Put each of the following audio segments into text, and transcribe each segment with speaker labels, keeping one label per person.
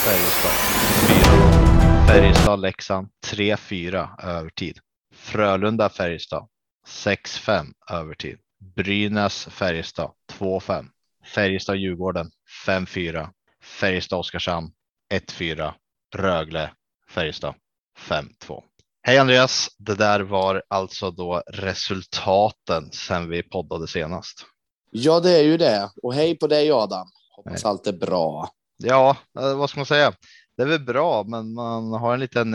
Speaker 1: Färjestad 4-0. Färjestad-Leksand 3-4 övertid. Frölunda-Färjestad 6-5 övertid. Brynäs-Färjestad 2-5. Färjestad-Djurgården 5-4. Färjestad-Oskarshamn 1-4. Rögle-Färjestad 5-2. Hej Andreas, det där var alltså då resultaten sen vi poddade senast.
Speaker 2: Ja, det är ju det. Och hej på dig Adam. Hoppas allt är bra.
Speaker 1: Ja, vad ska man säga? Det är väl bra, men man har en liten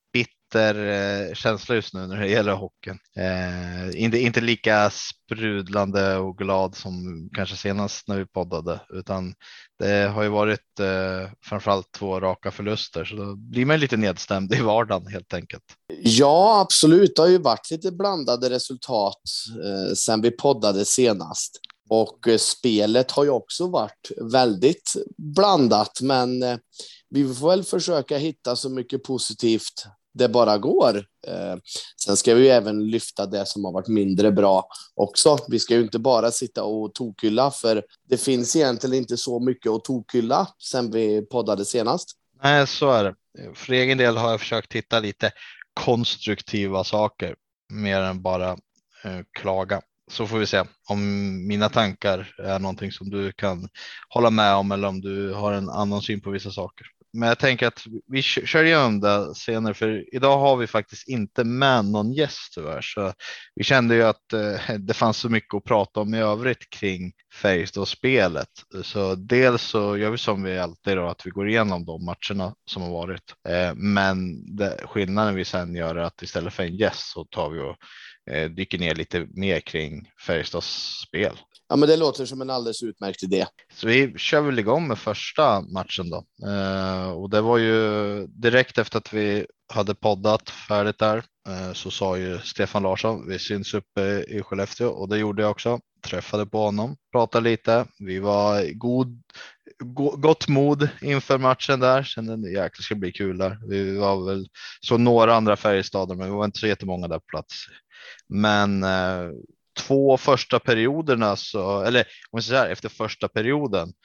Speaker 1: bitter känsla just nu när det gäller hockeyn. Inte lika sprudlande och glad som kanske senast när vi poddade, utan det har ju varit framförallt 2 raka förluster, så då blir man lite nedstämd i vardagen helt enkelt.
Speaker 2: Ja, absolut. Det har ju varit lite blandade resultat sen vi poddade senast. Och spelet har ju också varit väldigt blandat, men vi får väl försöka hitta så mycket positivt det bara går. Sen ska vi ju även lyfta det som har varit mindre bra också. Vi ska ju inte bara sitta och tokhylla, för det finns egentligen inte så mycket att tokhylla sen vi poddade senast.
Speaker 1: Nej, så är det. För egen del har jag försökt hitta lite konstruktiva saker mer än bara klaga. Så får vi se om mina tankar är någonting som du kan hålla med om eller om du har en annan syn på vissa saker. Men jag tänker att vi kör igenom det senare, för idag har vi faktiskt inte med någon gäst tyvärr. Så vi kände ju att det fanns så mycket att prata om i övrigt kring Färjestad-spelet. Så dels så gör vi som vi alltid då, att vi går igenom de matcherna som har varit. Men skillnaden vi sen gör är att istället för en gäst så tar vi och dyker ner lite mer kring Färjestads spel.
Speaker 2: Ja, men det låter som en alldeles utmärkt idé.
Speaker 1: Så vi kör väl igång med första matchen då. Och det var ju direkt efter att vi hade poddat färdigt där. Så sa ju Stefan Larsson, vi syns uppe i Skellefteå, och det gjorde jag också. Träffade på honom, pratade lite. Vi var gott mod inför matchen där. Kände det jäkla ska bli kul där. Vi var väl så några andra Färjestadare, men vi var inte så jättemånga där på plats. Men 2 första perioderna, så, eller om jag säger efter första perioden,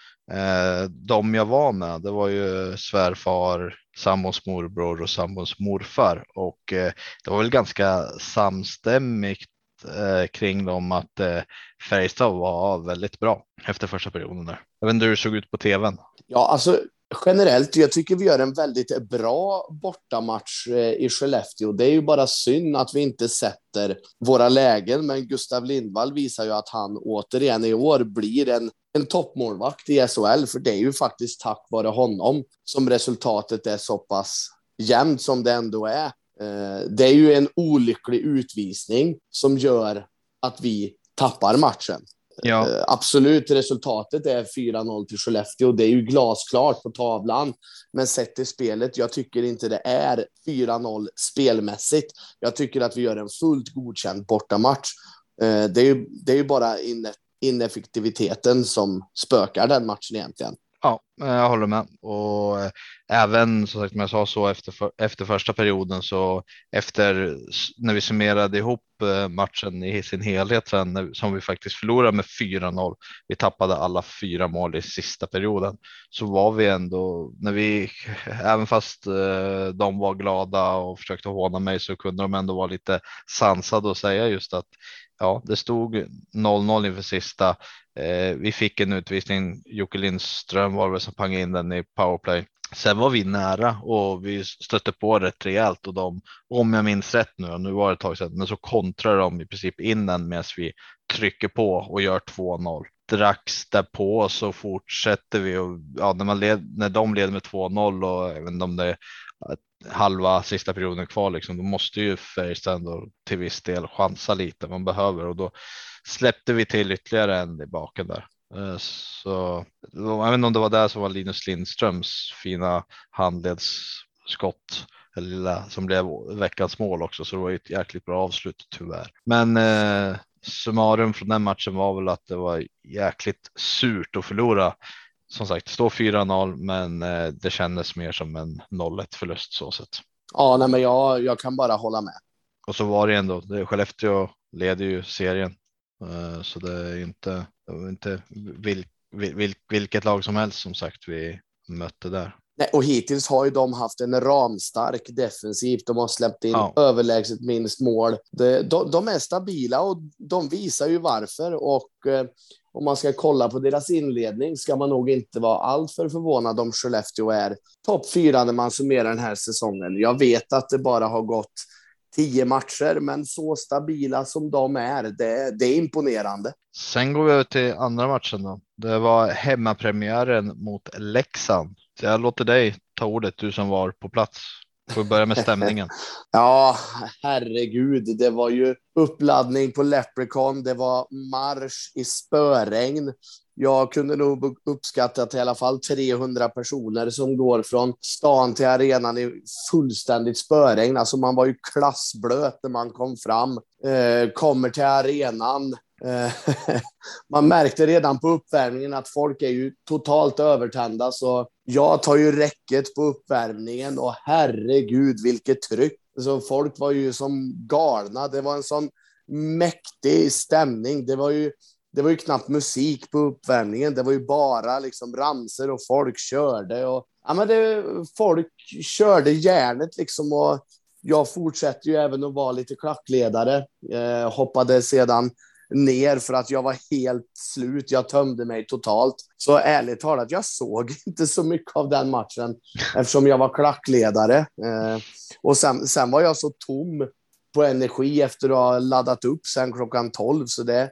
Speaker 1: de jag var med, det var ju svärfar, sambons morbror och sambons morfar, och det var väl ganska samstämmigt kring dem att Färjestad var väldigt bra efter första perioden där. Jag vet inte hur det såg ut på tvn.
Speaker 2: Ja, alltså generellt, jag tycker vi gör en väldigt bra bortamatch i Skellefteå. Det är ju bara synd att vi inte sätter våra lägen, men Gustav Lindvall visar ju att han återigen i år blir en toppmålvakt i SHL, för det är ju faktiskt tack vare honom som resultatet är så pass jämnt som det ändå är. Det är ju en olycklig utvisning som gör att vi tappar matchen.
Speaker 1: Ja.
Speaker 2: Absolut, resultatet är 4-0 till Skellefteå. Det är ju glasklart på tavlan. Men sett i spelet, jag tycker inte det är 4-0 spelmässigt. Jag tycker att vi gör en fullt godkänd bortamatch. Det är ju bara ineffektiviteten som spökar den matchen egentligen.
Speaker 1: Ja, jag håller med. Och även så sagt, som jag sa, så efter första perioden, så efter när vi summerade ihop matchen i sin helhet sen, som vi faktiskt förlorade med 4-0, vi tappade alla 4 mål i sista perioden, så var vi ändå, när vi, även fast de var glada och försökte håna mig, så kunde de ändå vara lite sansade och säga just att ja, det stod 0-0 inför sista. Vi fick en utvisning. Jocke Lindström var väl som pangade in den i powerplay. Sen var vi nära och vi stötte på rätt rejält, och de, om jag minns rätt nu var det ett tag sedan, men så kontrar de i princip in den medan vi trycker på och gör 2-0. Strax därpå så fortsätter vi, och ja, när de leder med 2-0, och även om det är halva sista perioden kvar liksom, då måste ju Färjestad ändå till viss del chansa lite man behöver, och då släppte vi till ytterligare en i baken där. Så jag vet inte om det var där som var Linus Lindströms fina handledsskott som blev veckans mål också, så det var ju ett jäkligt bra avslut tyvärr. Men summarum från den matchen var väl att det var jäkligt surt att förlora. Som sagt, stå 4-0, men det kändes mer som en 0-1 förlust så sett.
Speaker 2: Ja, nej, men jag kan bara hålla med.
Speaker 1: Och så var det ändå, Skellefteå leder ju serien, så det är inte vilket lag som helst som sagt vi mötte där.
Speaker 2: Nej, och hittills har ju de haft en ramstark defensivt. De har släppt in överlägset minst mål. De är stabila och de visar ju varför. Och om man ska kolla på deras inledning ska man nog inte vara allt för förvånad om Skellefteå är topp 4 när man summerar den här säsongen. Jag vet att det bara har gått 10 matcher, men så stabila som de är, det är imponerande.
Speaker 1: Sen går vi över till andra matchen då. Det var hemmapremiären mot Leksand. Så jag låter dig ta ordet, du som var på plats. Får börja med stämningen.
Speaker 2: Ja, herregud. Det var ju uppladdning på Leprechaun. Det var marsch i spöregn. Jag kunde nog uppskatta att i alla fall 300 personer som går från stan till arenan i fullständigt spöregn. Alltså man var ju klassblöt när man kom fram. Kommer till arenan. Man märkte redan på uppvärmningen att folk är ju totalt övertända, så jag tar ju räcket på uppvärmningen och herregud vilket tryck. Så folk var ju som galna. Det var en sån mäktig stämning. Det var ju knappt musik på uppvärmningen. Det var ju bara liksom ramser och folk körde och folk körde järnet liksom, och jag fortsätter ju även att vara lite klackledare. Hoppade sedan ner för att jag var helt slut. Jag tömde mig totalt. Så ärligt talat, jag såg inte så mycket av den matchen eftersom jag var klackledare. Och sen var jag så tom på energi efter att ha laddat upp sen klockan 12. Så det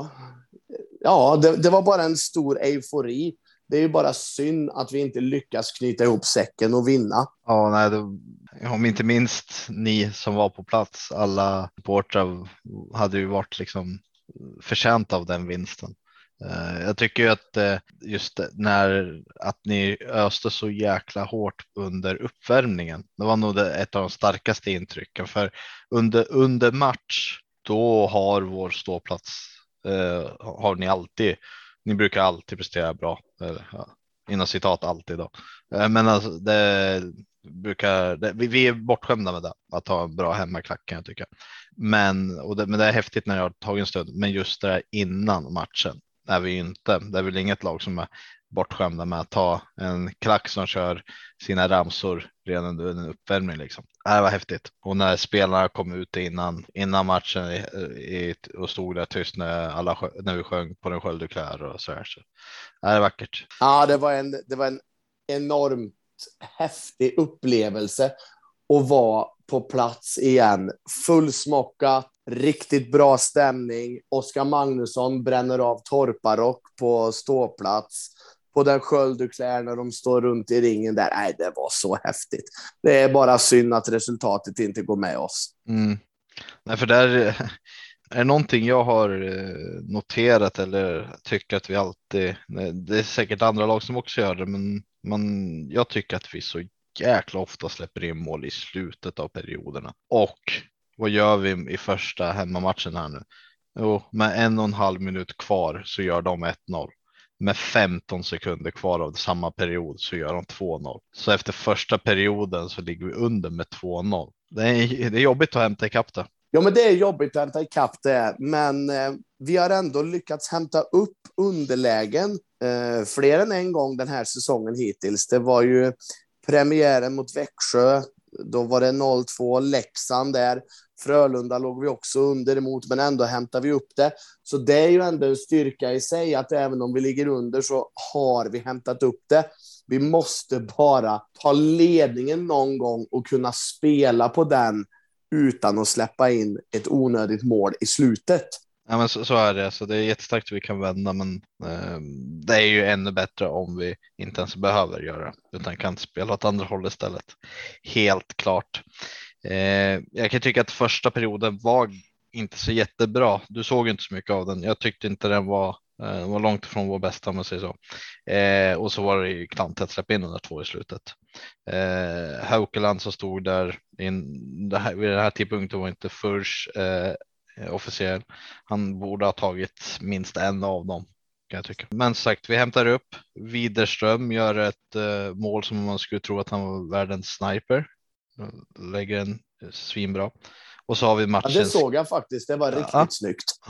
Speaker 2: var bara en stor eufori. Det är ju bara synd att vi inte lyckas knyta ihop säcken och vinna.
Speaker 1: Ja, nej, om inte minst ni som var på plats, alla supportrar hade ju varit liksom förtjänt av den vinsten. Jag tycker ju att just att ni öste så jäkla hårt under uppvärmningen. Det var nog ett av de starkaste intrycken, för under match då har vår ståplats har ni brukar alltid prestera bra, inom citat alltid då. Men alltså vi är bortskämda med det, att ha en bra hemmaklack kan jag tycka. Men det är häftigt när jag har tagit en stund, men just det där innan matchen är vi inte. Det är väl inget lag som är bortskämda med att ta en klack som kör sina ramsor redan under en uppvärmning liksom. Det var häftigt. Och när spelarna kom ut innan matchen och stod där tyst när vi sjöng på den Sköld du klär och så här. Så det är vackert.
Speaker 2: Ja, det var en enormt häftig upplevelse att vara på plats igen. Fullsmockat, riktigt bra stämning. Oskar Magnusson bränner av torparock på ståplats. På den Sköld du klär när de står runt i ringen där. Nej, det var så häftigt. Det är bara synd att resultatet inte går med oss.
Speaker 1: Nej, för där är någonting jag har noterat eller tycker att vi alltid, det är säkert andra lag som också gör det, men jag tycker att vi så jäkla ofta släpper in mål i slutet av perioderna. Och vad gör vi i första hemmamatchen här nu? Jo, med 1,5 minut kvar så gör de 1-0. Med 15 sekunder kvar av samma period så gör de 2-0. Så efter första perioden så ligger vi under med 2-0. Det är jobbigt att hämta ikapp det.
Speaker 2: Ja, men det är jobbigt att hämta ikapp det. Men vi har ändå lyckats hämta upp underlägen fler än en gång den här säsongen hittills. Det var ju premiären mot Växjö. Då var det 0-2 Leksand där. Frölunda låg vi också under emot, men ändå hämtar vi upp det. Så det är ju ändå en styrka i sig att även om vi ligger under så har vi hämtat upp det. Vi måste bara ta ledningen någon gång och kunna spela på den utan att släppa in ett onödigt mål i slutet.
Speaker 1: Ja, men så är det. Så det är jättestarkt att vi kan vända, men det är ju ännu bättre om vi inte ens behöver göra, utan kan spela åt andra håll istället. Helt klart. Jag kan tycka att första perioden var inte så jättebra. Du såg inte så mycket av den. Jag tyckte inte den var långt ifrån vår bästa, om man säger så. Och så var det ju klantigt att släppa in de där 2 i slutet. Haukeland som stod där vid den här tidpunkten var inte först officiell. Han borde ha tagit minst en av dem, kan jag tycka. Men sagt, vi hämtar upp. Widerström gör ett mål som man skulle tro att han var världens sniper. Lägger en svinbra. Och så har vi matchen.
Speaker 2: Ja, det såg jag faktiskt. Det var riktigt snyggt.
Speaker 1: Ja,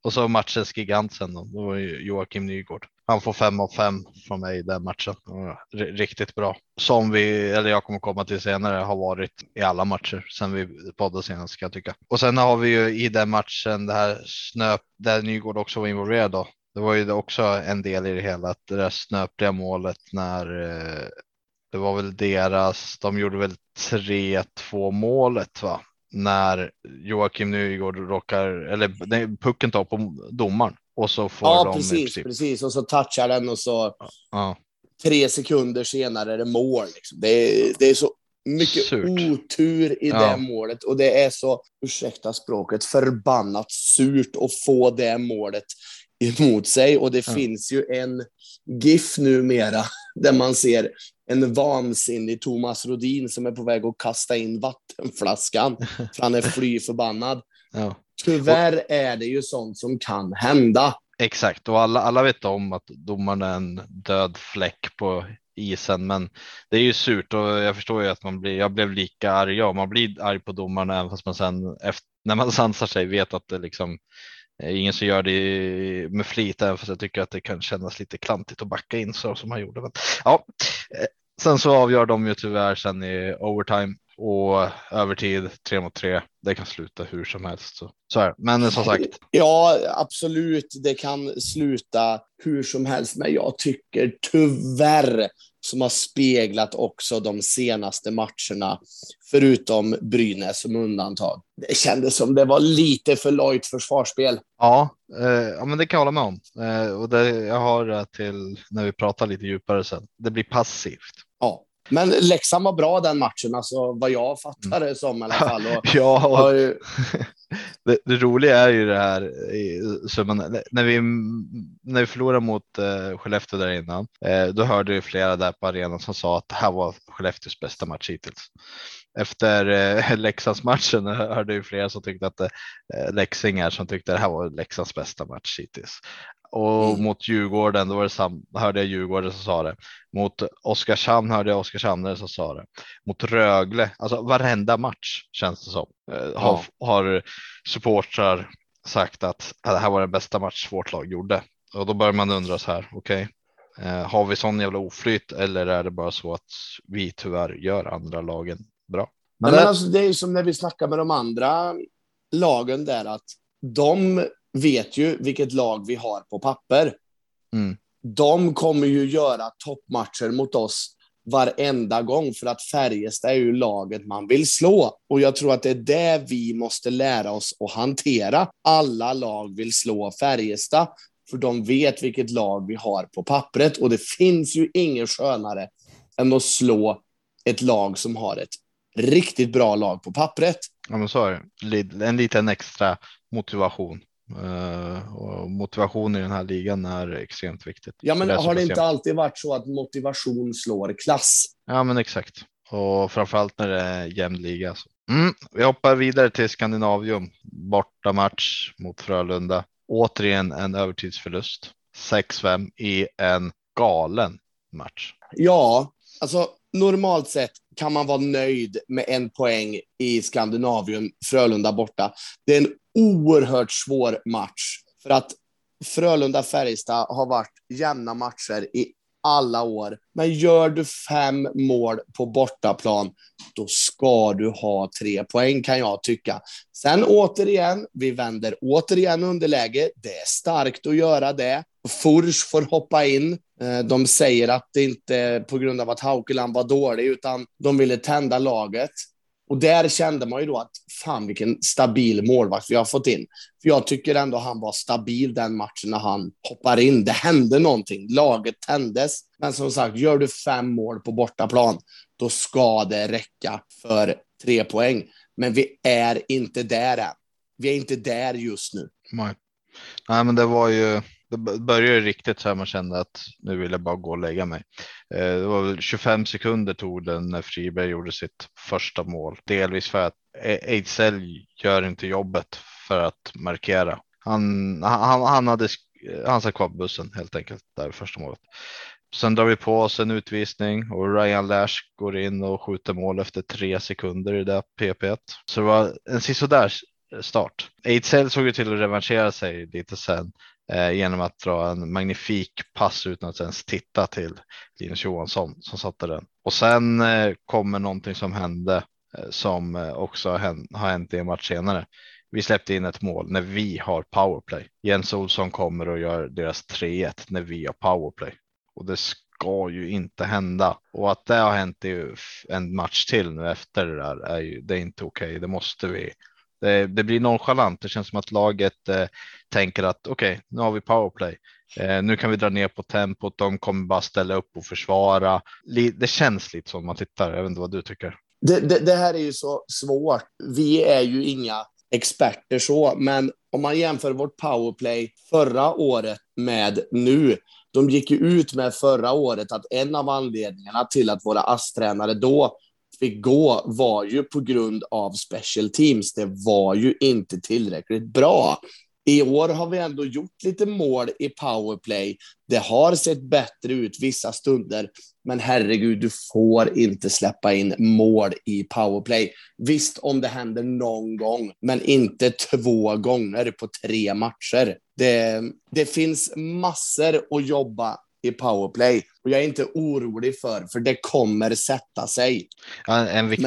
Speaker 1: Och så matchens gigant sen då var ju Joakim Nygård. Han får 5 av 5 från mig i den matchen. Riktigt bra. Som jag kommer komma till senare, har varit i alla matcher sen vi poddade senast, ska jag tycka. Och sen har vi ju i den matchen det här där Nygård också var involverad då. Det var ju också en del i det hela, att det där snöpliga målet när det var väl de gjorde väl 3-2 målet, va? När Joakim Nygård pucken tar på domaren och så får de
Speaker 2: precis, och så touchar den och så 3 sekunder senare är det mål liksom. Det är så mycket otur i det målet, och det är så, ursäkta språket, förbannat surt att få det målet emot sig. Och det finns ju en gif numera där man ser en vansinnig Thomas Rodin som är på väg att kasta in vattenflaskan för han är fly förbannad. Tyvärr är det ju sånt som kan hända.
Speaker 1: Exakt, och alla vet om att domaren är en död fläck på isen, men det är ju surt, och jag förstår ju att jag blev lika arg, och man blir arg på domaren även fast man sen när man sansar sig vet att det liksom ingen som gör det med flit, även fast jag tycker att det kan kännas lite klantigt att backa in så som han gjorde. Men, sen så avgör de ju tyvärr sen i overtime och övertid 3-3. Det kan sluta hur som helst. Så här. Men som sagt.
Speaker 2: Ja, absolut. Det kan sluta hur som helst. Men jag tycker tyvärr, som har speglat också de senaste matcherna, förutom Brynäs som undantag. Det kändes som det var lite för lojt försvarsspel.
Speaker 1: Ja, men det kan jag hålla med om. Och det jag har till när vi pratar lite djupare sen. Det blir passivt.
Speaker 2: Ja. Men Leksand var bra den matchen, alltså vad jag fattar det som i alla fall.
Speaker 1: Det roliga är ju det här, så när vi förlorade mot Skellefteå där innan, då hörde ju flera där på arenan som sa att det här var Skellefteås bästa match hittills. Efter Leksandsmatchen hörde ju flera som tyckte att Leksingar som tyckte att det här var Leksands bästa match hittills. Och mot Djurgården, då var det hörde jag Djurgården som sa det. Mot Oskarshamn hörde jag Oskarshamn som sa det. Mot Rögle, alltså varenda match känns det som. Har supportrar sagt att det här var den bästa match vårt lag gjorde. Och då börjar man undra så här, okej. Har vi sån jävla oflyt, eller är det bara så att vi tyvärr gör andra lagen bra?
Speaker 2: Men alltså, det är som när vi snackar med de andra lagen där, att de vet ju vilket lag vi har på papper. De kommer ju göra toppmatcher mot oss varenda gång, för att Färjestad är ju laget man vill slå. Och jag tror att det är det vi måste lära oss att hantera. Alla lag vill slå Färjestad, för de vet vilket lag vi har på pappret. Och det finns ju ingen skönare än att slå ett lag som har ett riktigt bra lag på pappret.
Speaker 1: Ja, men så är det. En liten extra motivation. Och motivation i den här ligan är extremt viktigt.
Speaker 2: Ja, men har det inte alltid varit så att motivation slår klass?
Speaker 1: Ja, men exakt. Och framförallt när det är jämn liga. Vi hoppar vidare till Skandinavium. Borta match mot Frölunda. Återigen en övertidsförlust. 6-5 i en galen match.
Speaker 2: Ja, alltså normalt sett kan man vara nöjd med 1 poäng i Skandinavium, Frölunda borta. Det är en oerhört svår match, för att Frölunda-Färjestad har varit jämna matcher i alla år. Men gör du 5 mål på bortaplan, då ska du ha 3 poäng, kan jag tycka. Sen återigen, vi vänder återigen underläge. Det är starkt att göra det. Furs får hoppa in. De säger att det inte är på grund av att Haukeland var dålig, utan de ville tända laget. Och där kände man ju då att fan vilken stabil målvakt vi har fått in. För jag tycker ändå han var stabil den matchen när han hoppar in. Det hände någonting. Laget tändes. Men som sagt, gör du 5 mål på bortaplan, då ska det räcka för 3 poäng. Men vi är inte där än. Vi är inte där just nu.
Speaker 1: Nej, men det var ju... Det började riktigt så här, man kände att nu vill jag bara gå och lägga mig. Det var väl 25 sekunder tog den när Friberg gjorde sitt första mål. Delvis för att Ejdsell gör inte jobbet för att markera. Han satt kvar på bussen helt enkelt där i första målet. Sen drar vi på oss en utvisning och Ryan Lash går in och skjuter mål efter 3 sekunder i det PP1. Så det var en sisådär start. Ejdsell såg ju till att revanschera sig lite sen genom att dra en magnifik pass utan att ens titta till Linus Johansson som satte den. Och sen kommer någonting som hände som också har hänt i en match senare. Vi släppte in ett mål när vi har powerplay. Jens Olsson kommer och gör deras 3-1 när vi har powerplay. Och det ska ju inte hända. Och att det har hänt i en match till nu efter det där det är inte okej. Det måste vi. Det blir nonchalant. Det känns som att laget tänker att okej, nu har vi powerplay. Nu kan vi dra ner på tempot. De kommer bara ställa upp och försvara. Det känns lite som man tittar. Jag vet inte vad du tycker.
Speaker 2: Det här är ju så svårt. Vi är ju inga experter så, men om man jämför vårt powerplay förra året med nu, de gick ju ut med förra året att en av anledningarna till att våra ASS-tränare då fick gå var ju på grund av special teams. Det var ju inte tillräckligt bra. I år har vi ändå gjort lite mål i powerplay. Det har sett bättre ut vissa stunder. Men herregud, du får inte släppa in mål i powerplay. Visst, om det händer någon gång, men inte 2 gånger på 3 matcher. Det finns massor att jobba i powerplay. Och jag är inte orolig för det kommer sätta sig.
Speaker 1: Ja,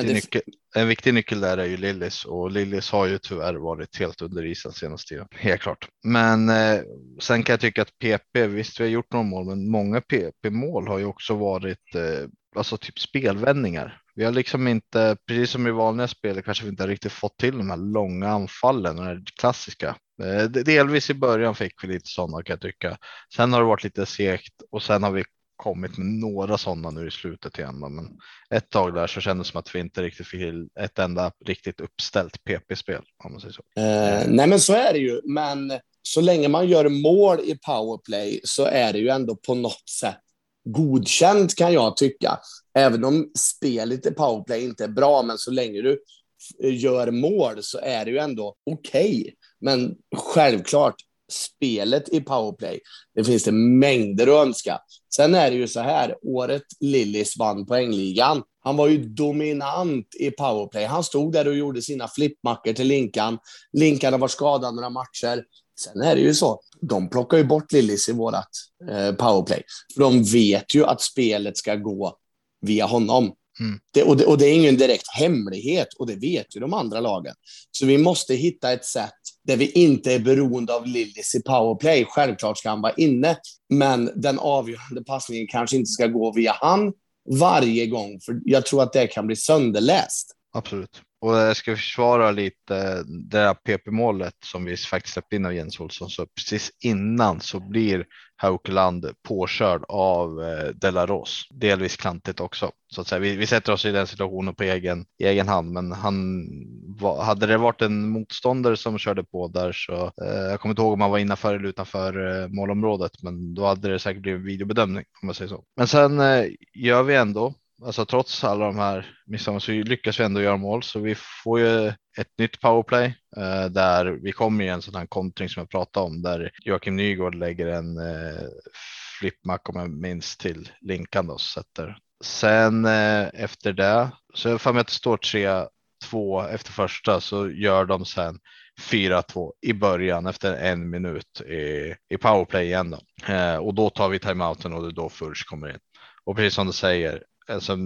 Speaker 1: en viktig nyckel där är ju Lillis, och Lillis har ju tyvärr varit helt under isen senaste tiden, helt klart. Men sen kan jag tycka att PP, visst vi har gjort några mål, men många PP-mål har ju också varit alltså typ spelvändningar. Vi har liksom inte, precis som i vanliga spel, kanske vi inte riktigt fått till de här långa anfallen, de här klassiska. Delvis i början fick vi lite sådana kan jag tycka. Sen har det varit lite segt och sen har vi kommit med några sådana nu i slutet igen. Men ett tag där så kändes det som att vi inte riktigt fick ett enda riktigt uppställt PP-spel, om man säger så.
Speaker 2: Nej, men så är det ju. Men så länge man gör mål i powerplay så är det ju ändå på något sätt godkänt, kan jag tycka. Även om spelet i powerplay inte är bra, men så länge du gör mål så är det ju ändå okej. Men självklart, spelet i powerplay, det finns det mängder att önska. Sen är det ju så här, året Lillis vann poängligan, han var ju dominant i powerplay. Han stod där och gjorde sina flippmackor till Linkan. Linkan har varit skadad några matcher. Sen är det ju så, de plockar ju bort Lillis i vårat powerplay. För de vet ju att spelet ska gå via honom. Mm. Det är ingen direkt hemlighet, och det vet ju de andra lagen. Så vi måste hitta ett sätt där vi inte är beroende av Lillis i powerplay. Självklart ska han vara inne, men den avgörande passningen kanske inte ska gå via han varje gång, för jag tror att det kan bli sönderläst.
Speaker 1: Absolut. Och jag ska försvara lite det här PP-målet som vi faktiskt släppte in av Jens Olsson. Så precis innan så blir Haukeland påkörd av Delaros. Delvis klantigt också. Så att säga. Vi sätter oss i den situationen på egen hand. Men hade det varit en motståndare som körde på där så jag kommer inte ihåg om man var innanför eller utanför målområdet. Men då hade det säkert blivit videobedömning, om man säger så. Men sen gör vi ändå, alltså trots alla de här missarna så lyckas vi ändå göra mål. Så vi får ju ett nytt powerplay där vi kommer i en sån här kontring som jag pratade om, där Joakim Nygård lägger en flippmack, om jag minns, till Linkan då, sätter. Sen efter det så får man att det står 3-2 efter första, så gör de sen 4-2 i början efter 1 minut i powerplay igen då. Och då tar vi timeouten och det är då Furch kommer in. Och precis som du säger, alltså,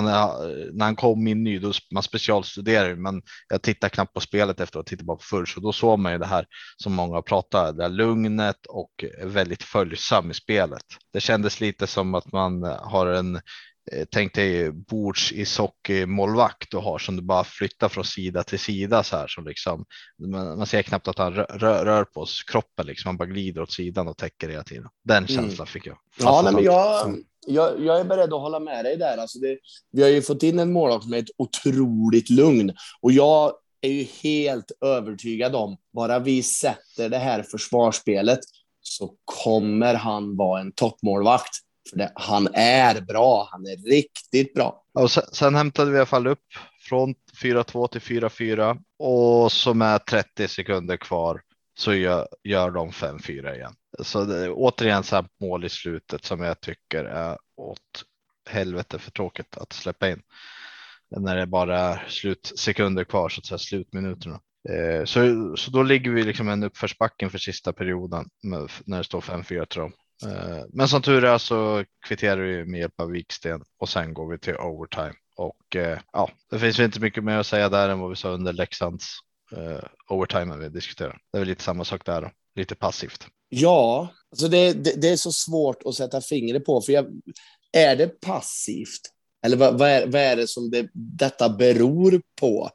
Speaker 1: när han kom in ny, då man specialstuderar, men jag tittar knappt på spelet efter att titta bara på Furch, och då såg man ju det här som många pratar, det här lugnet och väldigt följsam i spelet. Det kändes lite som att man har en, tänk dig bords i målvakt och har som du bara flyttar från sida till sida så här, så liksom man ser knappt att han rör på kroppen, liksom han bara glider åt sidan och täcker hela tiden. Den känslan fick jag.
Speaker 2: Ja, nej, men jag är beredd att hålla med dig där. Alltså vi har ju fått in en målvakt med ett otroligt lugn, och jag är ju helt övertygad om, bara vi sätter det här försvarsspelet så kommer han vara en toppmålvakt. För han är bra, han är riktigt bra.
Speaker 1: Och sen hämtade vi i alla fall upp från 4-2 till 4-4, och som är 30 sekunder kvar så gör de 5-4 igen. Så det är återigen så här mål i slutet som jag tycker är åt helvete för tråkigt att släppa in. När det bara är slutsekunder kvar, så att säga slutminuterna. Så då ligger vi liksom en uppförsbacken för sista perioden när det står 5-4 tror jag. Men som tur är så kvitterar vi med hjälp av Viksten och sen går vi till overtime. Och ja, det finns ju inte mycket mer att säga där än vad vi sa under Leksands overtime vi diskuterar. Det är väl lite samma sak där då. Lite passivt.
Speaker 2: Ja, alltså det är så svårt att sätta fingret på. För är det passivt? Eller vad är det som detta beror på?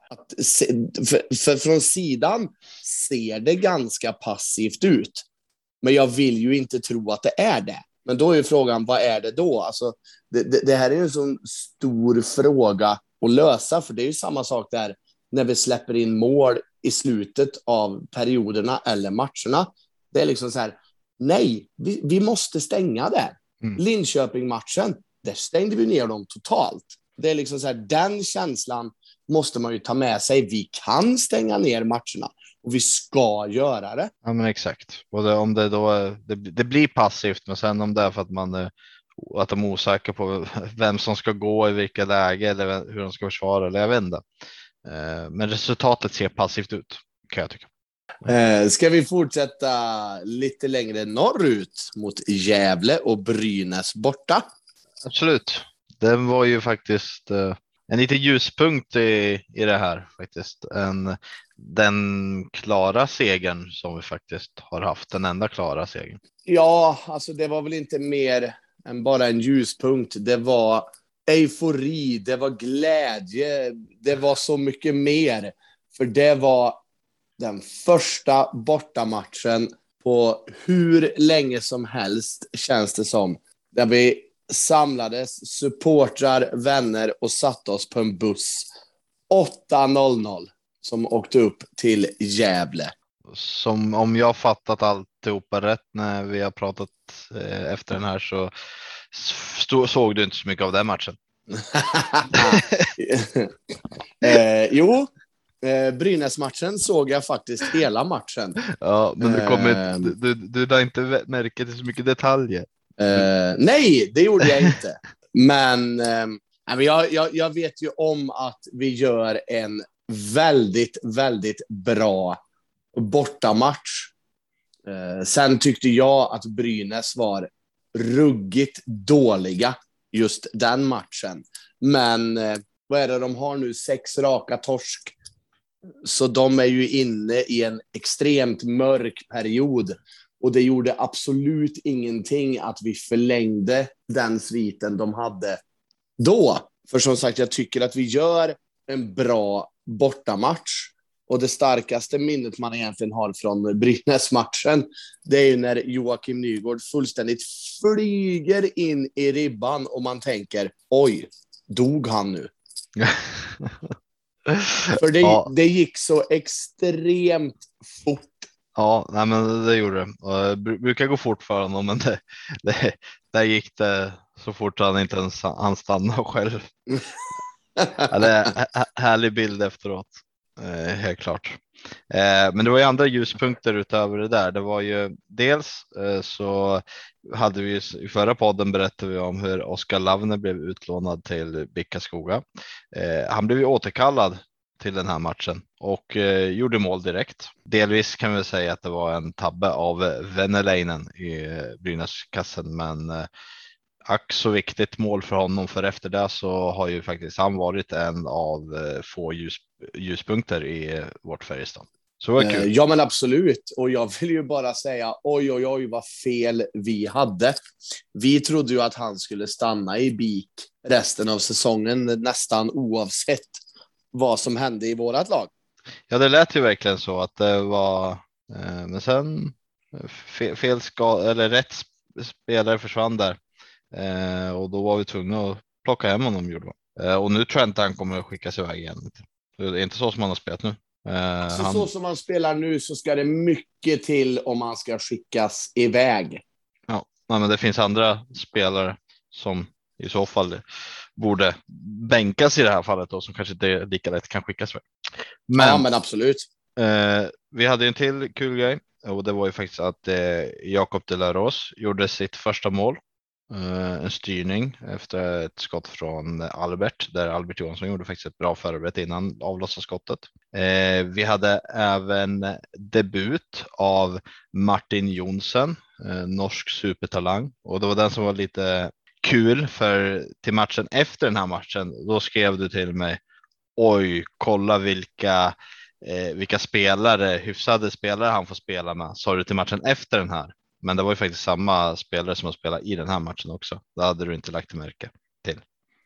Speaker 2: För från sidan ser det ganska passivt ut. Men jag vill ju inte tro att det är det. Men då är ju frågan, vad är det då? Alltså, det här är ju en sån stor fråga att lösa. För det är ju samma sak där när vi släpper in mål i slutet av perioderna eller matcherna. Det är liksom så här, nej, vi måste stänga där. Linköping-matchen, där stängde vi ner dem totalt. Det är liksom så här, den känslan måste man ju ta med sig. Vi kan stänga ner matcherna och vi ska göra det.
Speaker 1: Ja, men exakt. Och om det då det blir passivt, men sen om det är för att att de är osäkra på vem som ska gå i vilka läge eller hur de ska försvara, eller jag vet inte. Men resultatet ser passivt ut, kan jag tycka.
Speaker 2: Ska vi fortsätta lite längre norrut mot Gävle och Brynäs borta?
Speaker 1: Absolut. Det var ju faktiskt en liten ljuspunkt i det här faktiskt. Den klara segern som vi faktiskt har haft, den enda klara segern.
Speaker 2: Ja, alltså det var väl inte mer än bara en ljuspunkt. Det var eufori, det var glädje, det var så mycket mer. För det var den första bortamatchen på hur länge som helst, känns det som. Där vi samlades, supportrar, vänner och satte oss på en buss 8:00 som åkte upp till Gävle.
Speaker 1: Som om jag fattat alltihopa rätt när vi har pratat efter den här så såg du inte så mycket av den matchen.
Speaker 2: Jo, Brynäs-matchen såg jag faktiskt hela matchen.
Speaker 1: Ja, men du har inte märkt till så mycket detaljer.
Speaker 2: Nej, det gjorde jag inte. Men jag vet ju om att vi gör en väldigt, väldigt bra bortamatch. Sen tyckte jag att Brynäs var ruggigt dåliga just den matchen. Men vad är det de har nu? 6 raka torsk. Så de är ju inne i en extremt mörk period. Och det gjorde absolut ingenting att vi förlängde den sviten de hade då. För som sagt, jag tycker att vi gör en bra bortamatch. Och det starkaste minnet man egentligen har från Brynäs-matchen, det är ju när Joakim Nygård fullständigt flyger in i ribban och man tänker, oj, dog han nu? För det gick så extremt fort.
Speaker 1: Ja, nej, men det gjorde det. Och det brukar gå fort för honom, men där gick det så fort han inte ens han stannade själv. Ja, det är härlig bild efteråt, helt klart. Men det var ju andra ljuspunkter utöver det där. Det var ju dels så hade vi i förra podden berättade vi om hur Oskar Lavner blev utlånad till Bickaskoga. Han blev ju återkallad till den här matchen och gjorde mål direkt. Delvis kan vi säga att det var en tabbe av Venneläinen i Brynäs-kassen, men ack så viktigt mål för honom, för efter det så har ju faktiskt han varit en av få ljuspunkter i vårt Färjestad. Så var kul.
Speaker 2: Ja, men absolut. Och jag vill ju bara säga oj vad fel vi hade. Vi trodde ju att han skulle stanna i BIK resten av säsongen, nästan oavsett vad som hände i vårat lag.
Speaker 1: Ja, det lät ju verkligen så att det var, men sen rätt spelare försvann där. Och då var vi tvungna att plocka hem honom, gjorde man. Och nu tror jag inte han kommer att skickas iväg igen. Det är inte så som han har spelat nu.
Speaker 2: Så som han spelar nu så ska det mycket till om han ska skickas iväg.
Speaker 1: Ja, men det finns andra spelare som i så fall borde bänkas i det här fallet och som kanske inte lika lätt kan skickas iväg.
Speaker 2: Men absolut.
Speaker 1: Vi hade en till kul grej och det var ju faktiskt att Jakob de la Rose gjorde sitt första mål En styrning efter ett skott från Albert, där Albert Johansson gjorde faktiskt ett bra förarbete innan avlossarskottet. Vi hade även debut av Martin Jonsson, norsk supertalang, och det var den som var lite kul, för till matchen efter den här matchen, då skrev du till mig: oj, kolla vilka spelare, hyfsade spelare han får spela med, sa du till matchen efter den här. Men det var ju faktiskt samma spelare som har spelat i den här matchen också. Det hade du inte lagt märke till.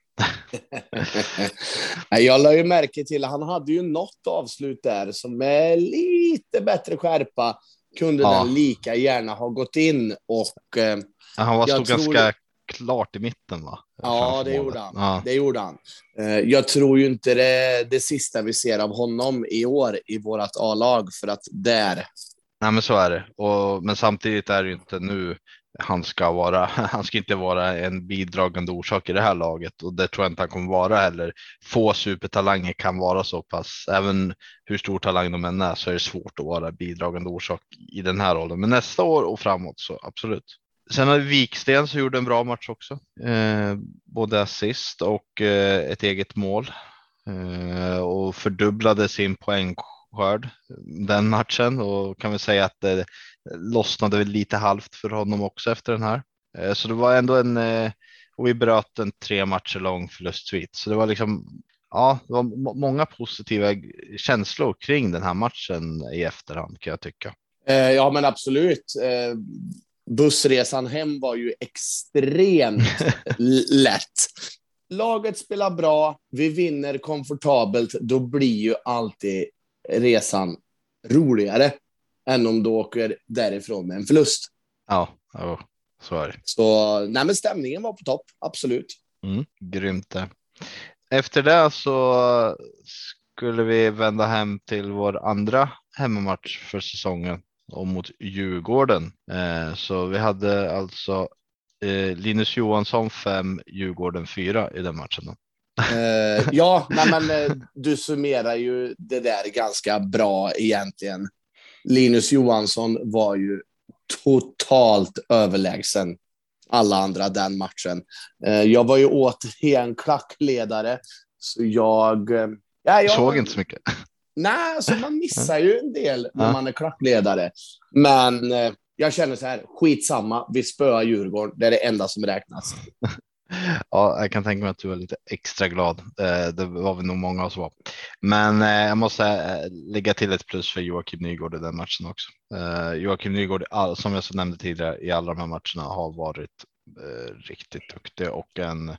Speaker 2: Jag la ju märke till att han hade ju något avslut där som med lite bättre skärpa kunde den lika gärna ha gått in. Och
Speaker 1: han stod ganska klart i mitten, va?
Speaker 2: Ja, det gjorde han. Ja. Det gjorde han. Jag tror ju inte det sista vi ser av honom i år i vårat A-lag, för att där...
Speaker 1: Nej, men så är det. Men samtidigt är det ju inte nu han ska inte vara en bidragande orsak i det här laget, och det tror jag inte han kommer vara heller. Få supertalanger kan vara så pass, även hur stor talang de än är, så är det svårt att vara bidragande orsak i den här rollen. Men nästa år och framåt så absolut. Sen har Viksten så gjorde en bra match också. Både assist och ett eget mål. Och fördubblade sin poängskörd den matchen, och kan vi säga att det lossnade väl lite halvt för honom också efter den här. Så det var ändå och vi bröt en 3 matcher lång förlustsvit. Så det var liksom, ja, det var många positiva känslor kring den här matchen i efterhand, kan jag tycka.
Speaker 2: Ja, men absolut. Bussresan hem var ju extremt lätt. Laget spelar bra, vi vinner komfortabelt, då blir ju alltid resan roligare än om du åker därifrån med en förlust.
Speaker 1: Ja, så är det.
Speaker 2: Så nej, men stämningen var på topp, absolut.
Speaker 1: Grymt det. Efter det så skulle vi vända hem till vår andra hemmamatch för säsongen, och mot Djurgården. Så vi hade alltså Linus Johansson 5, Djurgården 4 i den matchen då.
Speaker 2: Ja, men du summerar ju det där ganska bra egentligen. Linus Johansson var ju totalt överlägsen alla andra den matchen. Jag var ju återigen klackledare, så jag
Speaker 1: såg inte så mycket.
Speaker 2: Nej, alltså man missar ju en del när man är klackledare. Men jag känner så här, skitsamma, vi spöar Djurgården, det är det enda som räknas.
Speaker 1: Ja, jag kan tänka mig att du var lite extra glad. Det var vi nog många som var. Men jag måste lägga till ett plus för Joakim Nygård i den matchen också. Joakim Nygård, som jag så nämnde tidigare, i alla de här matcherna har varit riktigt duktig, och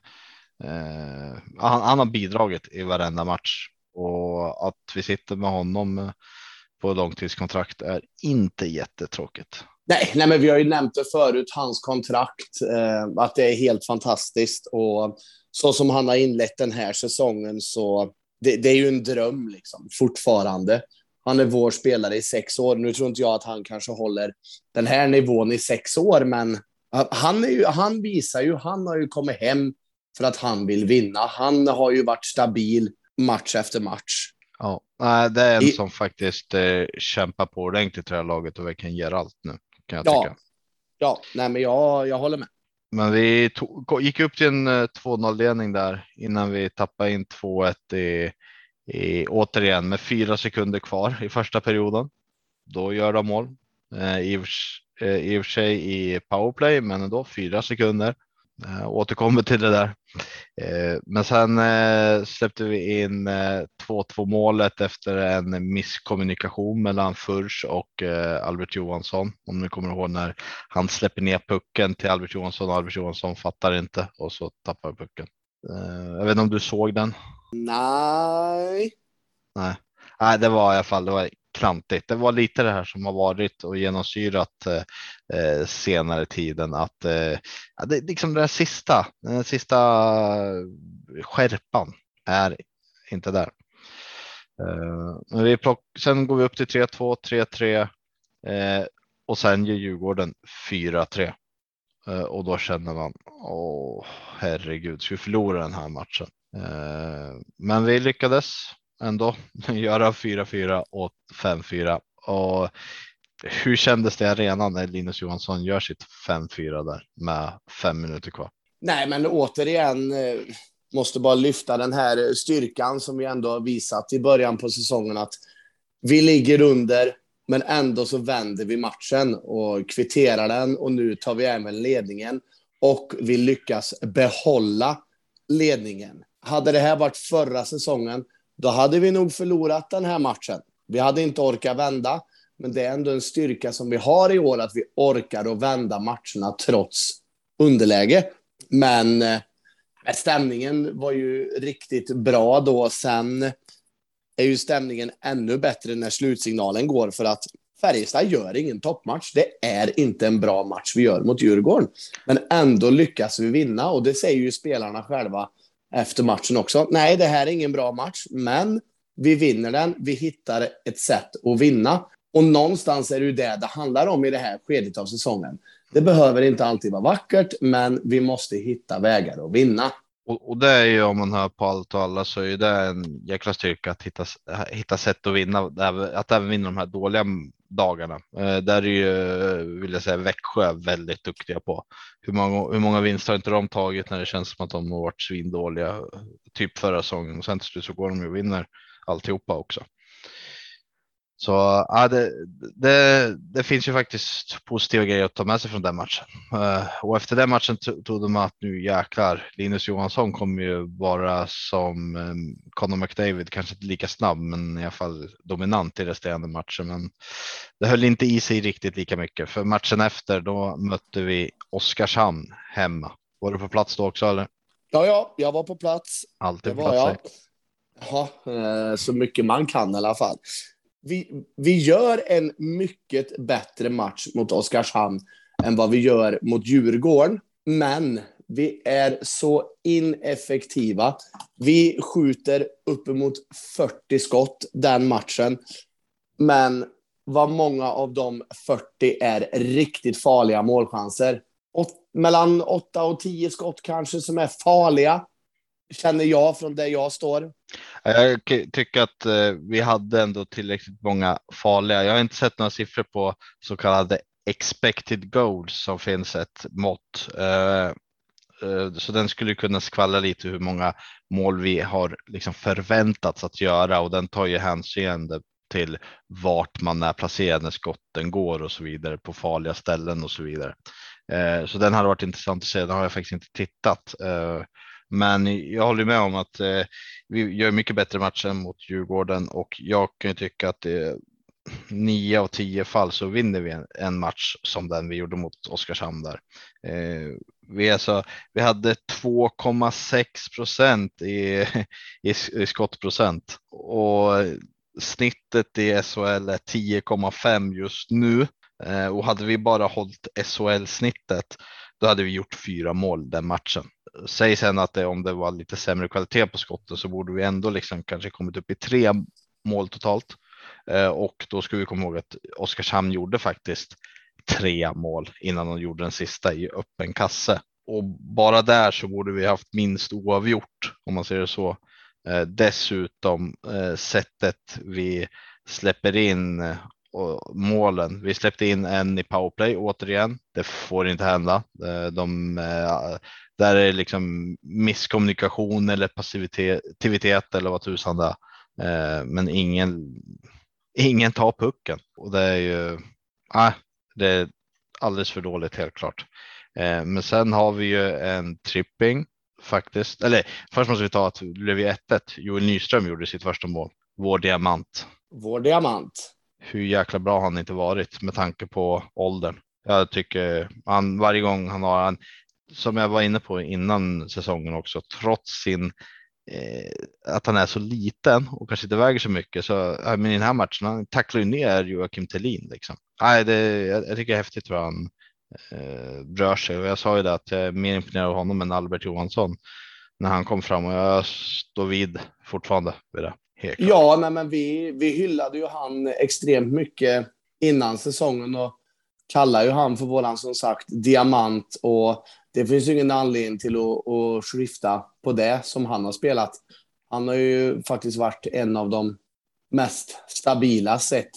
Speaker 1: han har bidragit i varenda match. Och att vi sitter med honom på långtidskontrakt är inte jättetråkigt.
Speaker 2: Nej, men vi har ju nämnt det förut, hans kontrakt, att det är helt fantastiskt, och så som han har inlett den här säsongen, så det är ju en dröm liksom, fortfarande. Han är vår spelare i 6 år. Nu tror inte jag att han kanske håller den här nivån i 6 år, men han visar ju, han har ju kommit hem för att han vill vinna. Han har ju varit stabil match efter match.
Speaker 1: Ja, det är en som faktiskt kämpar på ordentligt i det här laget och verkligen ger allt nu, kan jag tycka.
Speaker 2: Ja, nej, men jag håller med.
Speaker 1: Men vi gick upp till en 2-0-ledning där innan vi tappade in 2-1 återigen med 4 sekunder kvar i första perioden. Då gör de mål. I och för sig i powerplay, men ändå 4 sekunder. Återkommer till det där. Men sen släppte vi in 2-2 målet efter en misskommunikation mellan Furs och Albert Johansson. Om ni kommer ihåg när han släpper ner pucken till Albert Johansson, och Albert Johansson fattar inte, och så tappar pucken. Jag vet inte om du såg den?
Speaker 2: Nej,
Speaker 1: det var i alla fall, det var klantigt. Det var lite det här som har varit och genomsyrat senare tiden, att det liksom den sista skärpan är inte där. Sen går vi upp till 3-2, 3-3 och sen ger Djurgården 4-3. Och då känner man, herregud, ska vi förlora den här matchen? Men vi lyckades ändå göra 4-4 och 5-4. Och Hur kändes det i arenan när Linus Johansson gör sitt 5-4 där med 5 minuter kvar?
Speaker 2: Nej, men återigen måste bara lyfta den här styrkan som vi ändå har visat i början på säsongen, att vi ligger under, men ändå så vänder vi matchen och kvitterar den, och nu tar vi även ledningen och vi lyckas behålla ledningen. Hade det här varit förra säsongen, då hade vi nog förlorat den här matchen. Vi hade inte orkat vända, men det är ändå en styrka som vi har i år, att vi orkar att vända matcherna trots underläge. Men stämningen var ju riktigt bra då. Sen är ju stämningen ännu bättre när slutsignalen går, för att Färjestad gör ingen toppmatch. Det är inte en bra match vi gör mot Djurgården. Men ändå lyckas vi vinna, och det säger ju spelarna själva efter matchen också. Nej, det här är ingen bra match, men vi vinner den. Vi hittar ett sätt att vinna. Och någonstans är det ju det handlar om i det här skedet av säsongen. Det behöver inte alltid vara vackert, men vi måste hitta vägar att vinna.
Speaker 1: Och det är ju, om man hör på allt och alla, så är det en jäkla styrka att hitta sätt att vinna, att även vinna de här dåliga dagarna. Där är ju, vill jag säga, Växjö väldigt duktiga på. Hur många vinster har inte de tagit när det känns som att de har varit svindåliga typ förra säsongen, och sen till slut så går de ju och vinner alltihopa också. Så ja, det finns ju faktiskt positiva grejer att ta med sig från den matchen. Och efter den matchen tog de att nu jäklar, Linus Johansson kommer ju vara som Conor McDavid, kanske inte lika snabb, men i alla fall dominant i resterande matcher. Men det höll inte i sig riktigt lika mycket, för matchen efter då mötte vi Oskarshamn hemma. Var du på plats då också, eller?
Speaker 2: Ja, jag var på plats.
Speaker 1: Alltid
Speaker 2: på
Speaker 1: plats.
Speaker 2: Ja, så mycket man kan i alla fall. Vi gör en mycket bättre match mot Oskarshamn än vad vi gör mot Djurgården, men vi är så ineffektiva. Vi skjuter uppemot 40 skott den matchen, men vad många av de 40 är riktigt farliga målchanser. Mellan 8 och 10 skott kanske som är farliga, känner jag från där jag står.
Speaker 1: Jag tycker att vi hade ändå tillräckligt många farliga. Jag har inte sett några siffror på så kallade expected goals, som finns ett mått. Så den skulle kunna skvallra lite hur många mål vi har liksom förväntats att göra, och den tar ju hänsyn till vart man är placerad när skotten går och så vidare, på farliga ställen och så vidare. Så den hade varit intressant att se. Den har jag faktiskt inte tittat. Men jag håller med om att vi gör mycket bättre matcher mot Djurgården, och jag kan tycka att 9 av 10 fall så vinner vi en match som den vi gjorde mot Oskarshamn där. Vi hade 2,6% i skottprocent, och snittet i SHL är 10,5 just nu. Och hade vi bara hållit SHL-snittet, då hade vi gjort 4 mål den matchen. Säg sen att om det var lite sämre kvalitet på skotten, så borde vi ändå liksom kanske kommit upp i 3 mål totalt. Och då ska vi komma ihåg att Oskarshamn gjorde faktiskt 3 mål innan de gjorde den sista i öppen kasse. Och bara där så borde vi haft minst oavgjort, om man ser det så. Dessutom sättet vi släpper in och målen. Vi släppte in en i powerplay återigen. Det får inte hända. Där är det liksom misskommunikation eller passivitet eller vad tusan det är. Men ingen tar pucken. Och det är ju det är alldeles för dåligt, helt klart. Men sen har vi ju en tripping faktiskt. Eller först måste vi ta att det blev 1-1. Joel Nyström gjorde sitt första mål. Vår diamant. Hur jäkla bra han inte varit med tanke på åldern. Jag tycker varje gång han har som jag var inne på innan säsongen också, trots sin att han är så liten och kanske inte väger så mycket, så men i den här matchen han tacklar ju ner Joakim Thelin liksom. Jag tycker det är häftigt hur han rör sig, och jag sa ju det att jag är mer imponerad av honom än Albert Johansson när han kom fram, och jag står vid fortfarande vid det.
Speaker 2: Ja, men vi hyllade ju han extremt mycket innan säsongen och kallar ju han för våran, som sagt, diamant, och det finns ju ingen anledning till att skifta på det som han har spelat. Han har ju faktiskt varit en av de mest stabila sett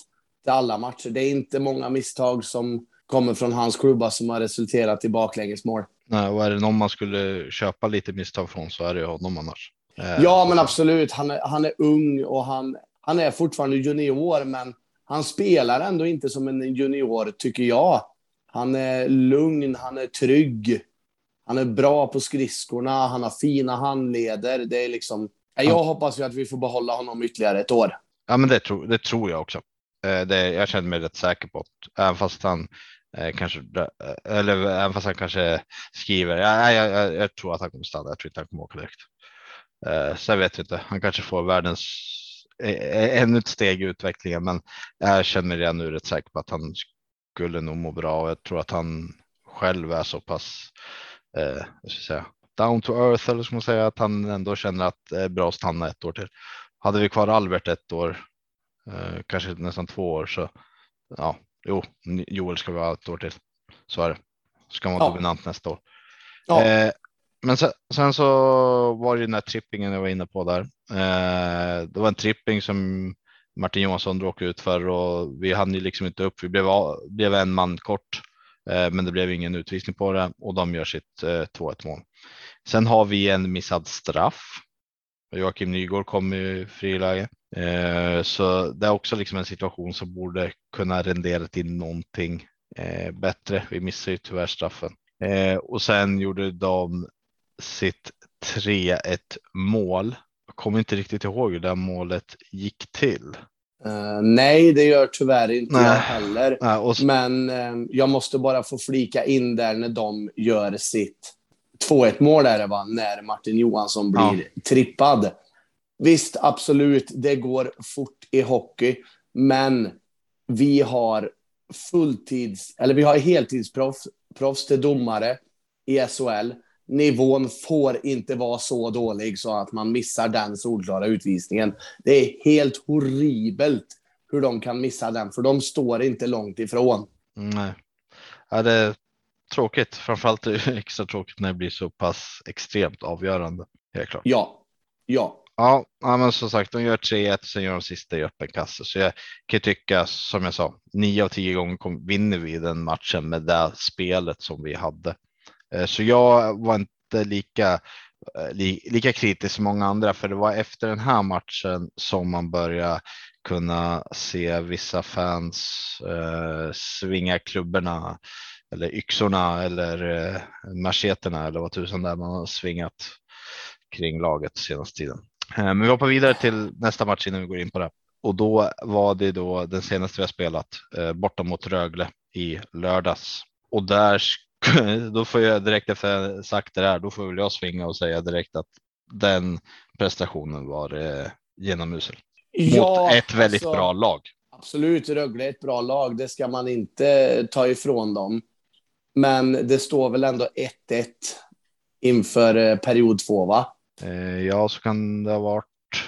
Speaker 2: till alla matcher. Det är inte många misstag som kommer från hans klubba som har resulterat i baklängesmål.
Speaker 1: Nej, och är det någon man skulle köpa lite misstag från så är det honom annars.
Speaker 2: Ja, men absolut. Han är ung och han är fortfarande junior, men han spelar ändå inte som en junior, tycker jag. Han är lugn, han är trygg. Han är bra på skridskorna, han har fina handleder. Det är liksom... Jag hoppas ju att vi får behålla honom ytterligare ett år.
Speaker 1: Ja, men det tror jag också. Jag känner mig rätt säker på att även fast han även fast han kanske skriver, jag tror att han kommer stanna. Jag tror inte han kommer åka direkt. Så jag vet inte, han kanske får världens ännu ett steg i utvecklingen, men jag känner mig redan nu rätt säker på att han skulle nog må bra, och jag tror att han själv är så pass jag ska säga, down to earth, eller ska man säga, att han ändå känner att det är bra att stanna ett år till. Hade vi kvar Albert ett år, kanske nästan 2 år, så ja, Joel ska vi ha ett år till. Så är det. Ska man vara dominant nästa år. Ja. Men sen så var det den här trippingen jag var inne på där. Det var en tripping som Martin Johansson råkade ut för, och vi hann ju liksom inte upp. Vi blev en man kort, men det blev ingen utvisning på det, och de gör sitt 2-1 mål. Sen har vi en missad straff. Joakim Nygård kom i friläge. Så det är också liksom en situation som borde kunna rendera till någonting bättre. Vi missar ju tyvärr straffen. Och sen gjorde de sitt 3-1 mål. Jag kommer inte riktigt ihåg hur det målet gick till.
Speaker 2: Nej, det gör tyvärr inte jag heller. Men jag måste bara få flika in där när de gör sitt 2-1 mål där, va? När Martin Johansson blir trippad. Visst, absolut, det går fort i hockey, men vi har heltidsproffs till domare i SHL. Nivån får inte vara så dålig så att man missar den solklara utvisningen. Det är helt horribelt hur de kan missa den, för de står inte långt ifrån.
Speaker 1: Nej, ja, det är tråkigt. Framförallt är det extra tråkigt när det blir så pass extremt avgörande. Helt klart. Ja, men som sagt, de gör 3-1, sen gör de sista i öppen kasse. Så jag kan tycka, som jag sa, 9 av 10 gånger vinner vi den matchen med det spelet som vi hade. Så jag var inte lika kritisk som många andra, för det var efter den här matchen som man börjar kunna se vissa fans svinga klubborna eller yxorna eller macheterna eller vad tusan där man har svingat kring laget senaste tiden. Men vi hoppar vidare till nästa match innan vi går in på det. Och då var det då den senaste vi har spelat, borta mot Rögle i lördags. Och där, då får jag direkt efter sagt det där, då får väl jag svinga och säga direkt att den prestationen var genomusel. Mot ett väldigt bra lag.
Speaker 2: Absolut, Rögle är ett bra lag. Det ska man inte ta ifrån dem. Men det står väl ändå 1-1 inför period 2, va?
Speaker 1: Ja, så kan det ha varit.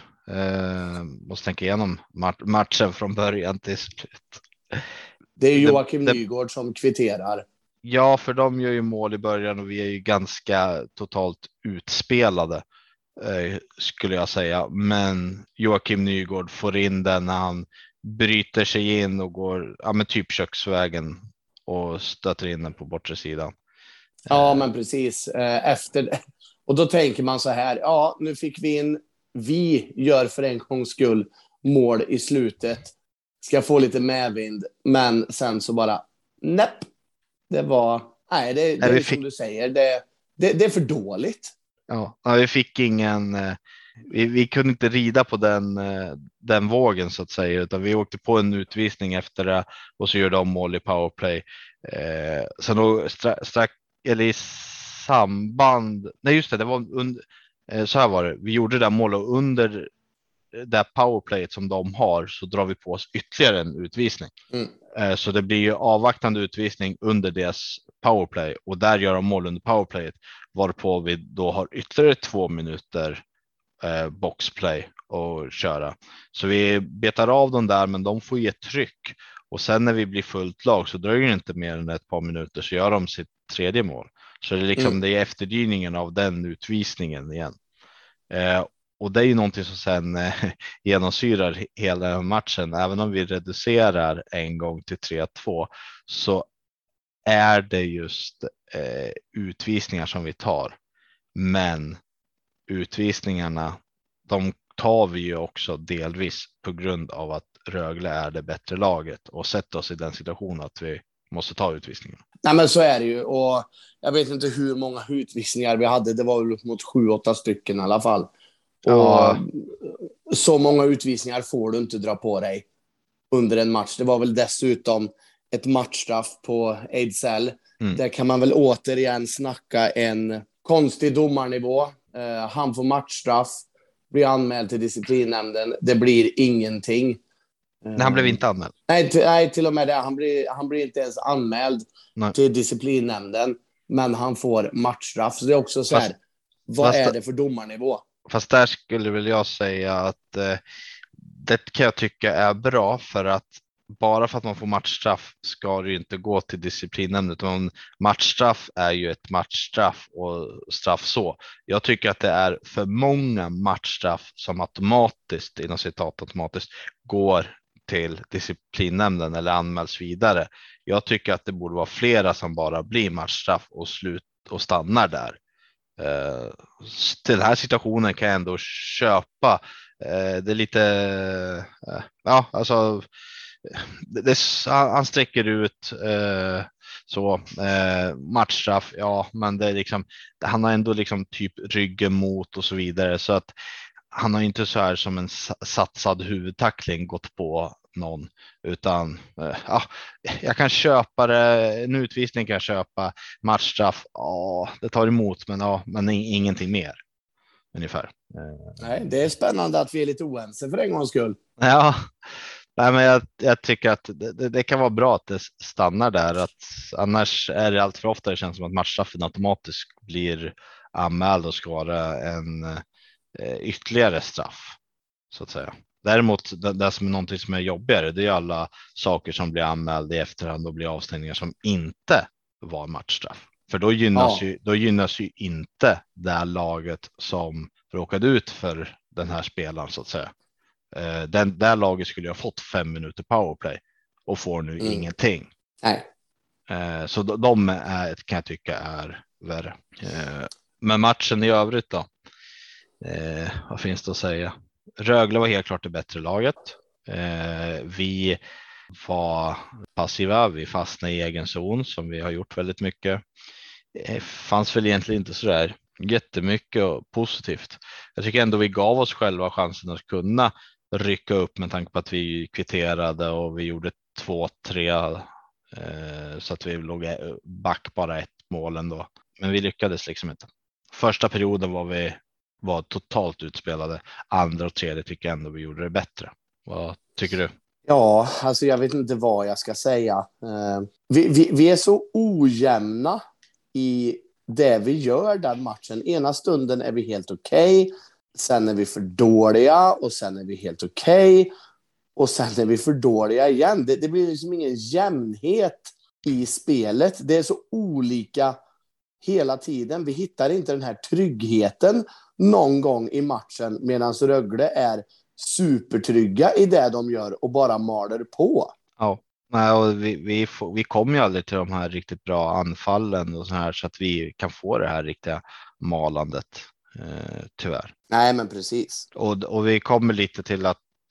Speaker 1: Måste tänka igenom matchen från början till slut.
Speaker 2: Det är Joakim Nygård som kvitterar.
Speaker 1: Ja, för de gör ju mål i början och vi är ju ganska totalt utspelade, skulle jag säga. Men Joakim Nygård får in den när han bryter sig in och går med typ köksvägen och stöter in den på bortre sidan.
Speaker 2: Ja, men precis. Och då tänker man så här, nu fick vi in, vi gör för en gångs skull mål i slutet, ska få lite medvind, men sen så bara, det är som du säger, det är för dåligt.
Speaker 1: Ja, vi fick ingen, vi kunde inte rida på den vågen så att säga, utan vi åkte på en utvisning efter det och så gör de mål i powerplay. Sen då eller i samband, nej just det var så här var det, vi gjorde det där målet under det powerplayet som de har, så drar vi på oss ytterligare en utvisning. Så det blir ju avvaktande utvisning under deras powerplay, och där gör de mål under powerplayet, varpå vi då har ytterligare 2 minuter boxplay och köra. Så vi betar av dem där, men de får ge tryck, och sen när vi blir fullt lag så dröjer det inte mer än ett par minuter så gör de sitt 3:e mål. Så det är liksom det är efterdyningen av den utvisningen igen. Och det är ju någonting som sen genomsyrar hela den matchen. Även om vi reducerar en gång till 3-2 så är det just utvisningar som vi tar. Men utvisningarna, de tar vi ju också delvis på grund av att Rögle är det bättre laget och sätter oss i den situationen att vi måste ta utvisningarna.
Speaker 2: Nej, men så är det ju. Och jag vet inte hur många utvisningar vi hade. Det var väl mot 7-8 stycken i alla fall. Och
Speaker 1: Ja.
Speaker 2: så många utvisningar får du inte dra på dig under en match. Det var väl dessutom ett matchstraff på Ejdsell. Där kan man väl återigen snacka en konstig domarnivå. Han får matchstraff, blir anmäld till disciplinnämnden. Det blir ingenting.
Speaker 1: Nej, han blev inte anmäld.
Speaker 2: Nej, till och med det. Han blir inte ens anmäld
Speaker 1: Nej.
Speaker 2: till disciplinnämnden. Men han får matchstraff. Så det är också så här, vad är det för domarnivå?
Speaker 1: Fast där skulle väl jag säga att det kan jag tycka är bra, för att bara för att man får matchstraff ska det ju inte gå till disciplinen, utan matchstraff är ju ett matchstraff och straff så. Jag tycker att det är för många matchstraff som automatiskt, inom citat automatiskt, går till disciplinnämnden eller anmäls vidare. Jag tycker att det borde vara flera som bara blir matchstraff och stannar där. Till den här situationen kan jag ändå köpa. Det är lite, ja, alltså han sträcker ut matchstraff, ja, men det är liksom, han har ändå liksom typ ryggen mot och så vidare, så att han har inte så här som en satsad huvudtackling gått på någon, utan ja, jag kan köpa det, en utvisning kan jag köpa, matchstraff, ja, det tar emot, men ja, men ingenting mer ungefär.
Speaker 2: Nej, det är spännande att vi är lite oense för en gångs skull.
Speaker 1: Ja. Nej, men jag tycker att det kan vara bra att det stannar där. Att annars är det allt för ofta det känns som att matchstraffen automatiskt blir anmäld och ska vara en ytterligare straff, så att säga. Däremot det som är någonting som är jobbigare, det är alla saker som blir anmälda i efterhand och blir avstängningar som inte var matchstraff. För då gynnas ju inte det laget som råkade ut för den här spelaren, så att säga. Den där laget skulle ha fått 5 minuter powerplay och får nu ingenting.
Speaker 2: Nej.
Speaker 1: Så de kan jag tycka är värre. Men matchen i övrigt då? Vad finns det att säga? Rögle var helt klart det bättre laget. Vi var passiva, vi fastnade i egen zon som vi har gjort väldigt mycket. Det fanns väl egentligen inte så där jättemycket och positivt. Jag tycker ändå vi gav oss själva chansen att kunna rycka upp med tanke på att vi kvitterade och vi gjorde 2-3 så att vi låg back bara ett mål ändå. Men vi lyckades liksom inte. Första perioden var totalt utspelade. Andra och tredje tycker jag ändå vi gjorde det bättre. Vad tycker du?
Speaker 2: Ja, alltså jag vet inte vad jag ska säga. Vi är så ojämna i det vi gör den matchen. Ena stunden är vi helt okej. Sen är vi för dåliga och sen är vi helt okej. Och sen är vi för dåliga igen. Det blir liksom ingen jämnhet i spelet. Det är så olika hela tiden. Vi hittar inte den här tryggheten någon gång i matchen, medan Rögle är supertrygga i det de gör och bara maler på.
Speaker 1: Ja, och vi kommer ju aldrig till de här riktigt bra anfallen och så här, så att vi kan få det här riktiga malandet, tyvärr.
Speaker 2: Nej, men precis.
Speaker 1: Och vi kommer lite till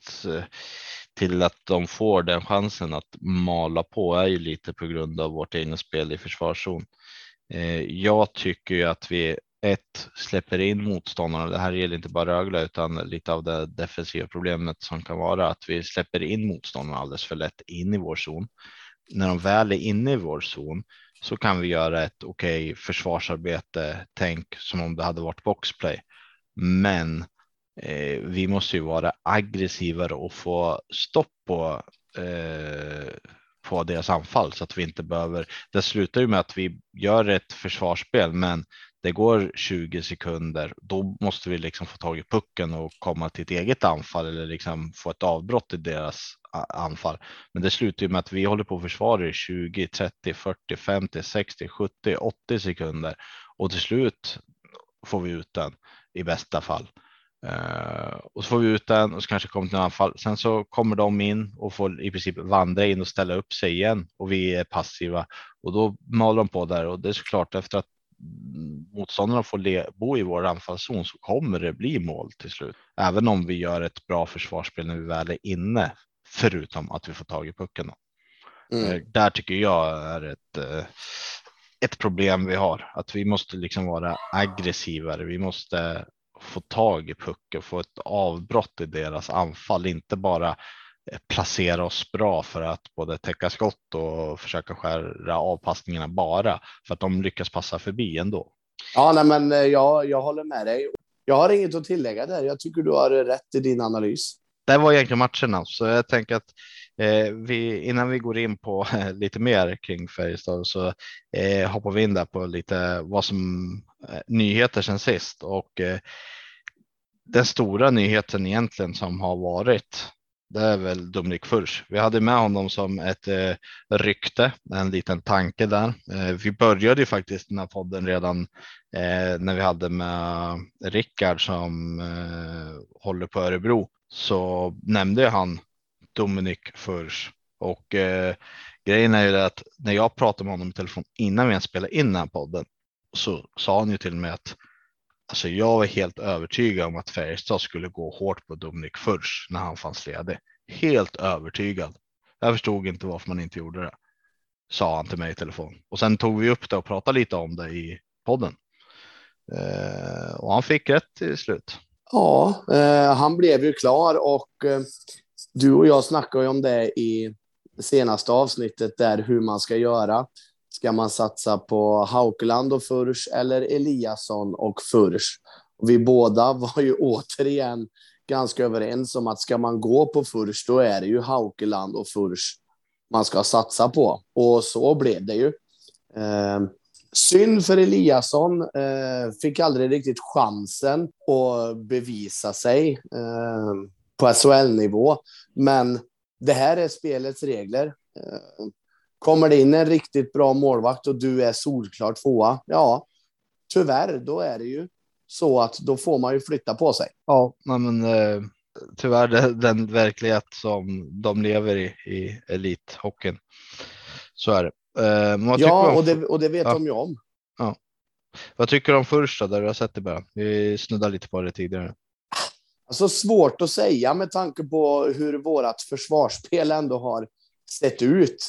Speaker 1: att de får den chansen att mala på är ju lite på grund av vårt egna spel i försvarszon. Jag tycker ju att vi släpper in motståndarna. Det här gäller inte bara Rögle utan lite av det defensiva problemet som kan vara att vi släpper in motståndarna alldeles för lätt in i vår zon. När de väl är inne i vår zon så kan vi göra ett okej försvarsarbete, tänk som om det hade varit boxplay. Men vi måste ju vara aggressivare och få stopp på deras anfall så att vi inte behöver. Det slutar ju med att vi gör ett försvarsspel, men det går 20 sekunder. Då måste vi liksom få tag i pucken och komma till ett eget anfall eller liksom få ett avbrott i deras anfall. Men det slutar ju med att vi håller på att försvara i 20, 30, 40, 50, 60, 70, 80 sekunder och till slut får vi ut den i bästa fall. Och så får vi ut den och så kanske kommer till en anfall. Sen så kommer de in och får i princip vandra in och ställa upp sig igen och vi är passiva och då maler de på där och det är såklart efter att motståndarna får bo i vår anfallszon så kommer det bli mål till slut. Även om vi gör ett bra försvarsspel när vi väl är inne, förutom att vi får tag i pucken. Där tycker jag är ett problem vi har. Att vi måste liksom vara aggressivare. Vi måste få tag i pucken, få ett avbrott i deras anfall. Inte bara placera oss bra för att både täcka skott och försöka skära av passningarna bara för att de lyckas passa förbi ändå.
Speaker 2: Ja, nej, men jag håller med dig. Jag har inget att tillägga där. Jag tycker du har rätt i din analys.
Speaker 1: Det var egentligen matcherna, så jag tänker att innan vi går in på lite mer kring Färjestad så hoppar vi in där på lite vad som nyheter sen sist och den stora nyheten egentligen som har varit, det är väl Dominik Furch. Vi hade med honom som ett rykte, en liten tanke där. Vi började ju faktiskt den här podden redan när vi hade med Rickard som håller på Örebro. Så nämnde han Dominik Furch och grejen är ju det att när jag pratade med honom i telefon innan vi ens spelade in den här podden så sa han ju till mig att alltså jag var helt övertygad om att Färjestad skulle gå hårt på Dominik Furch när han fanns ledig. Helt övertygad. Jag förstod inte varför man inte gjorde det, sa han till mig i telefon. Och sen tog vi upp det och pratade lite om det i podden. Och han fick rätt till slut.
Speaker 2: Ja, han blev ju klar och du och jag snackade ju om det i senaste avsnittet där hur man ska göra. Ska man satsa på Haukeland och Furch eller Eliasson och Furch? Och vi båda var ju återigen ganska överens om att ska man gå på Furch då är det ju Haukeland och Furch man ska satsa på. Och så blev det ju. Synd för Eliasson, fick aldrig riktigt chansen att bevisa sig på SHL-nivå. Men det här är spelets regler. Kommer det in en riktigt bra målvakt och du är solklart tvåa, ja, tyvärr, då är det ju så att då får man ju flytta på sig.
Speaker 1: Ja, men tyvärr den verklighet som de lever i elithockeyn. Så är det.
Speaker 2: Ja, och det vet de ju om.
Speaker 1: Ja. Vad tycker du om första där du har sett det bara? Vi snuddade lite på det tidigare.
Speaker 2: Alltså svårt att säga med tanke på hur vårat försvarsspel ändå har sett ut.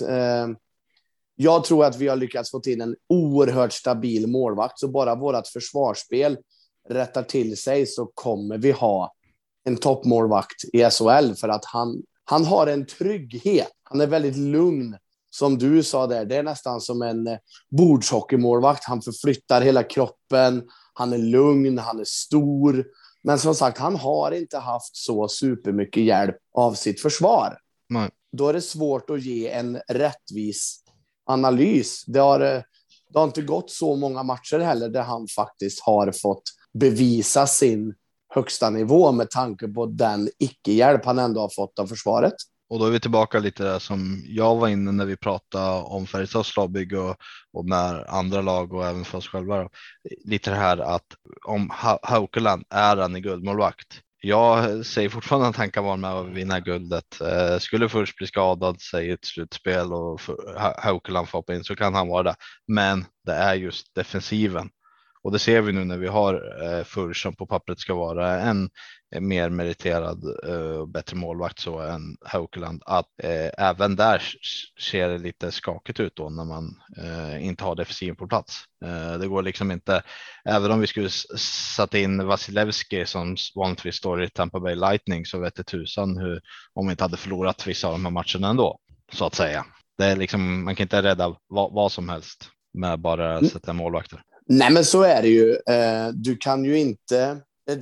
Speaker 2: Jag tror att vi har lyckats få till en oerhört stabil målvakt. Så bara vårat försvarsspel rättar till sig så kommer vi ha en toppmålvakt i SHL. För att han har en trygghet. Han är väldigt lugn. Som du sa där, det är nästan som en bordshockeymålvakt. Han förflyttar hela kroppen. Han är lugn, han är stor. Men som sagt, han har inte haft så supermycket hjälp av sitt försvar.
Speaker 1: Nej.
Speaker 2: Då är det svårt att ge en rättvis analys. Det har inte gått så många matcher heller där han faktiskt har fått bevisa sin högsta nivå med tanke på den icke-hjälp han ändå har fått av försvaret.
Speaker 1: Och då är vi tillbaka lite där som jag var inne när vi pratade om Färjestads lagbygge och med andra lag och även för oss själva. Då. Lite det här att om Haukeland är han i guldmålvakt. Jag säger fortfarande att han kan vara med och vinna guldet. Skulle först bli skadad sig i ett slutspel och Haukeland får hoppa in så kan han vara det. Men det är just defensiven. Och det ser vi nu när vi har Furch som på pappret ska vara en mer meriterad och bättre målvakt så än Haukeland. Att även där ser det lite skakigt ut då när man inte har defensiven på plats. Det går liksom inte, även om vi skulle satt in Vasilevski som vanligtvis står i Tampa Bay Lightning så vet det tusan hur, om vi inte hade förlorat vissa av de här matcherna ändå, så att säga. Det är liksom, man kan inte rädda vad som helst med bara sätta målvakter.
Speaker 2: Nej, men så är det ju. Du kan ju inte...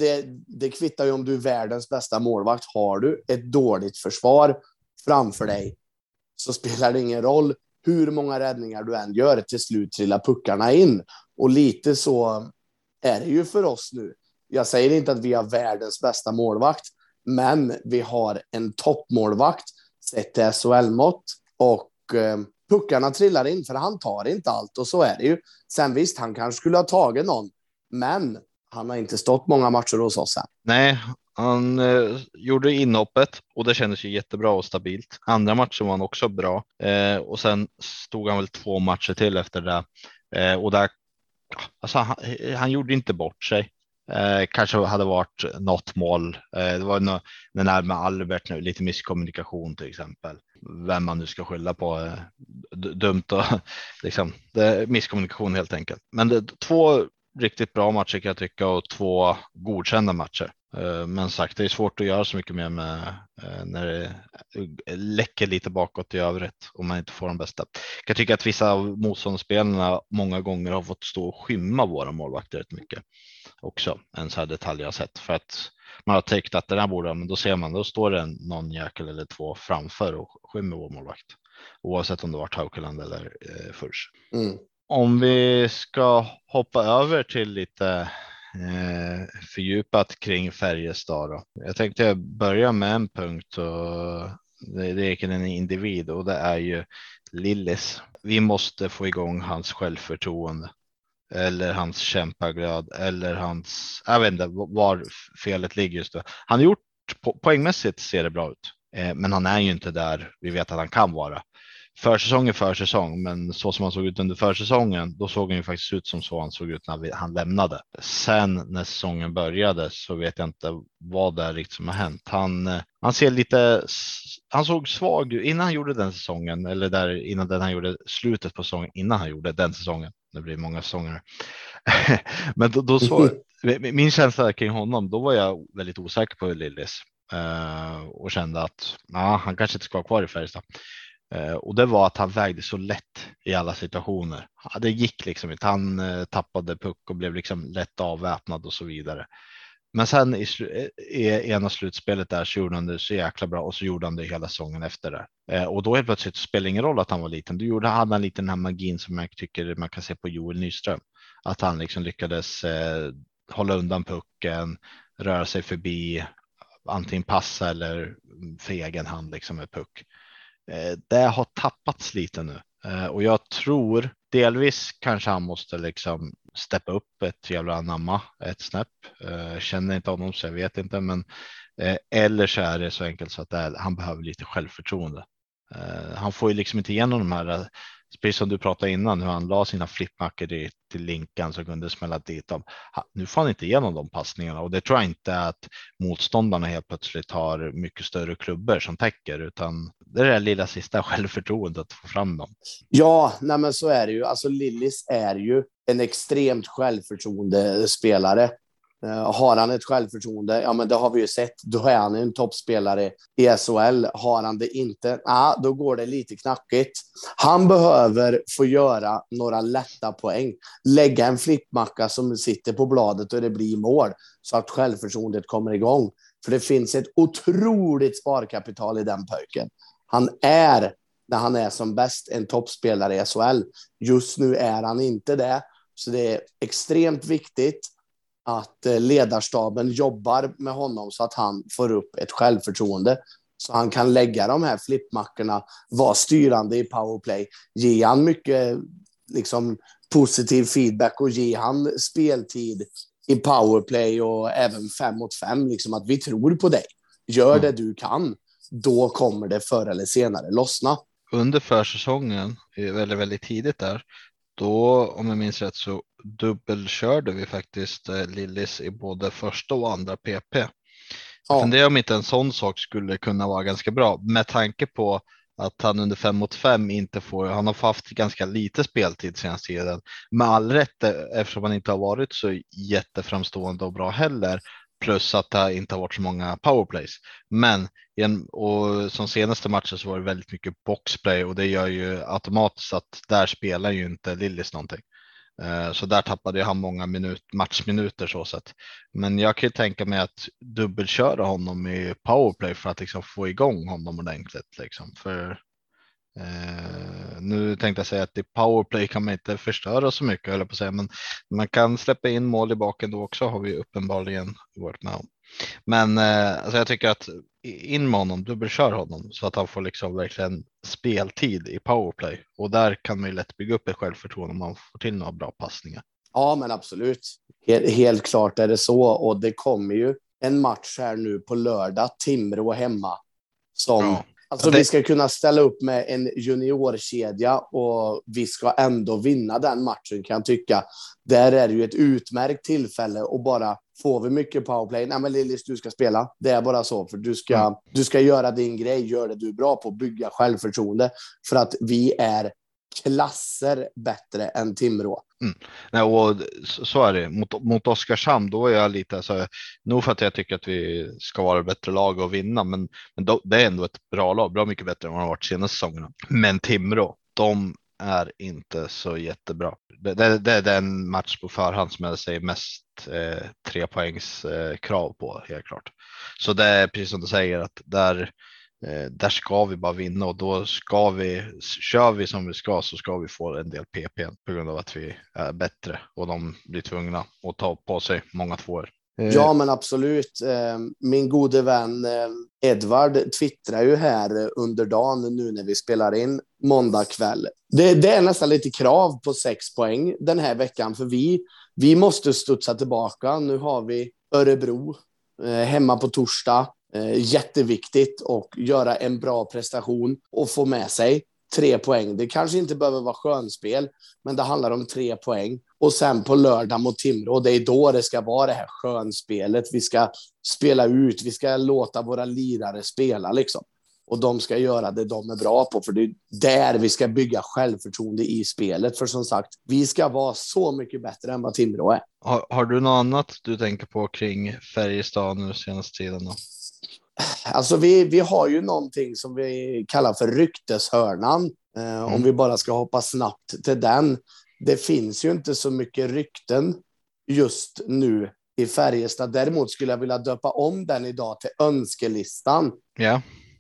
Speaker 2: Det kvittar ju om du är världens bästa målvakt. Har du ett dåligt försvar framför dig så spelar det ingen roll hur många räddningar du än gör. Till slut trillar puckarna in. Och lite så är det ju för oss nu. Jag säger inte att vi har världens bästa målvakt, men vi har en toppmålvakt sett till SHL-mått och... puckarna trillar in för han tar inte allt och så är det ju. Sen visst, han kanske skulle ha tagit någon, men Han har inte stått många matcher hos oss än.
Speaker 1: Nej, han gjorde inhoppet och det kändes ju jättebra och stabilt. Andra matchen var han också bra och sen stod han väl 2 matcher till efter det. Och där, alltså han gjorde inte bort sig. Kanske hade varit något mål. Det var den där med Albert nu, lite misskommunikation till exempel. Vem man nu ska skylla på. Dumt och liksom, det är misskommunikation helt enkelt. Men det, 2 riktigt bra matcher kan jag tycka och 2 godkända matcher. Men sagt, det är svårt att göra så mycket mer med när det läcker lite bakåt i övrigt om man inte får de bästa. Jag kan tycka att vissa av motståndsspelarna många gånger har fått stå och skymma våra målvakter rätt mycket också. En så här detalj jag har sett för att man har tänkt att den här borde, men då ser man, då står det någon jäkel eller 2 framför och skymmer vår målvakt. Oavsett om det var Taukeland eller Furs. Om vi ska hoppa över till lite fördjupat kring Färjestad då. Jag tänkte börja med en punkt och det är en individ och det är ju Lillis. Vi måste få igång hans självförtroende eller hans kämpaglöd eller hans, jag vet inte var felet ligger just då. Han har gjort poängmässigt ser det bra ut, men han är ju inte där vi vet att han kan vara. Försäsong, men så som han såg ut under försäsongen, då såg han ju faktiskt ut som så han såg ut när han lämnade. Sen när säsongen började så vet jag inte vad det är riktigt som har hänt. Han ser lite, han såg svag ut innan han gjorde den säsongen, eller där innan han gjorde slutet på säsongen, innan han gjorde den säsongen. Det blir många säsonger. Men då så, min känsla kring honom, då var jag väldigt osäker på Lillis och kände att han kanske inte ska vara kvar i Färjestad. Och det var att han vägde så lätt i alla situationer. Det gick liksom inte. Han tappade puck och blev liksom lätt avväpnad och så vidare. Men sen i ena slutspelet där så gjorde han det så jäkla bra och så gjorde han det hela säsongen efter det. Och då helt plötsligt spelar ingen roll att han var liten. Då hade han lite den här magin som jag tycker man kan se på Joel Nyström. Att han liksom lyckades hålla undan pucken, röra sig förbi, antingen passa eller för egen hand liksom med puck. Det har tappats lite nu och jag tror delvis kanske han måste liksom steppa upp ett jävla anamma ett snäpp. Känner inte honom så jag vet inte, men eller så är det så enkelt så att han behöver lite självförtroende. Han får ju liksom inte igenom de här, precis som du pratade innan, hur han la sina flippmackor till Linkan så kunde smälla dit dem. Nu får han inte igenom de passningarna och det tror jag inte att motståndarna helt plötsligt har mycket större klubbor som täcker, utan det är det lilla sista självförtroendet att få fram dem.
Speaker 2: Ja, nej men så är det ju. Alltså Lillis är ju en extremt självförtroende spelare. Har han ett självförtroende, ja men det har vi ju sett, då är han en toppspelare i SHL. Har han det inte, då går det lite knackigt. Han behöver få göra några lätta poäng. Lägga en flippmacka som sitter på bladet och det blir mål så att självförtroendet kommer igång. För det finns ett otroligt sparkapital i den pojken. Han är, när han är som bäst, en toppspelare i SHL. Just nu är han inte det. Så det är extremt viktigt att ledarstaben jobbar med honom så att han får upp ett självförtroende. Så han kan lägga de här flippmackorna, vara styrande i powerplay. Ge han mycket liksom, positiv feedback och ge han speltid i powerplay och även 5 mot 5. Liksom att vi tror på dig. Gör det du kan. Då kommer det förr eller senare lossna.
Speaker 1: Under försäsongen, väldigt, väldigt tidigt där, då om jag minns rätt så dubbelkörde vi faktiskt Lillis i både första och andra PP. Jag funderar om inte en sån sak skulle kunna vara ganska bra med tanke på att han under 5 mot 5 inte får, han har haft ganska lite speltid senaste tiden. Med all rätt eftersom han inte har varit så jätteframstående och bra heller. Plus att det inte har varit så många powerplays. Men och som senaste matchen så var det väldigt mycket boxplay och det gör ju automatiskt att där spelar ju inte Lillis någonting. Så där tappade han många matchminuter så sett. Men jag kan ju tänka mig att dubbelköra honom i powerplay för att liksom få igång honom ordentligt. Liksom. För nu tänkte jag säga att i powerplay kan man inte förstöra så mycket, eller på att säga, men man kan släppa in mål i baken då också, har vi uppenbarligen varit med om. Men alltså jag tycker att in med honom, dubbelkör honom så att han får liksom verkligen speltid i powerplay och där kan man ju lätt bygga upp ett självförtroende om man får till några bra passningar.
Speaker 2: Ja, men absolut. Helt klart är det så. Och det kommer ju en match här nu på lördag, Timrå hemma. Alltså vi ska kunna ställa upp med en juniorkedja och vi ska ändå vinna den matchen, kan jag tycka. Där är det ju ett utmärkt tillfälle och bara får vi mycket powerplay. Nej, men Lillis, du ska spela. Det är bara så, för du ska göra din grej, gör det du är bra på, bygga självförtroende, för att vi är klasser bättre än Timrå.
Speaker 1: Nej, och så är det. Mot Oskarshamn, då är jag lite så, nog för att jag tycker att vi ska vara ett bättre lag och vinna, men då, det är ändå ett bra lag, bra mycket bättre än vad de har varit senaste säsongerna. Men Timrå, de är inte så jättebra. Det är den match på förhand som jag säger mest 3 poängs krav på, helt klart. Så det är precis som du säger, att där ska vi bara vinna, och då kör vi som vi ska, så ska vi få en del PP på grund av att vi är bättre och de blir tvungna att ta på sig många tvåor.
Speaker 2: Ja, men absolut. Min gode vän Edvard twittrar ju här under dagen nu när vi spelar in måndag kväll. Det är nästan lite krav på 6 poäng den här veckan, för vi måste studsa tillbaka. Nu har vi Örebro hemma på torsdag. Jätteviktigt och göra en bra prestation och få med sig 3 poäng. Det kanske inte behöver vara skönspel, men det handlar om 3 poäng. Och sen på lördag mot Timrå, det är då det ska vara det här skönspelet. Vi ska spela ut, vi ska låta våra lirare spela liksom. Och de ska göra det de är bra på, för det är där vi ska bygga självförtroende i spelet. För som sagt, vi ska vara så mycket bättre än vad Timrå är.
Speaker 1: Har du något annat du tänker på kring Färjestad nu senaste tiden då?
Speaker 2: Alltså vi har ju någonting som vi kallar för rykteshörnan. Om vi bara ska hoppa snabbt till den. Det finns ju inte så mycket rykten just nu i Färjestad. Däremot skulle jag vilja döpa om den idag till önskelistan.
Speaker 1: Ja.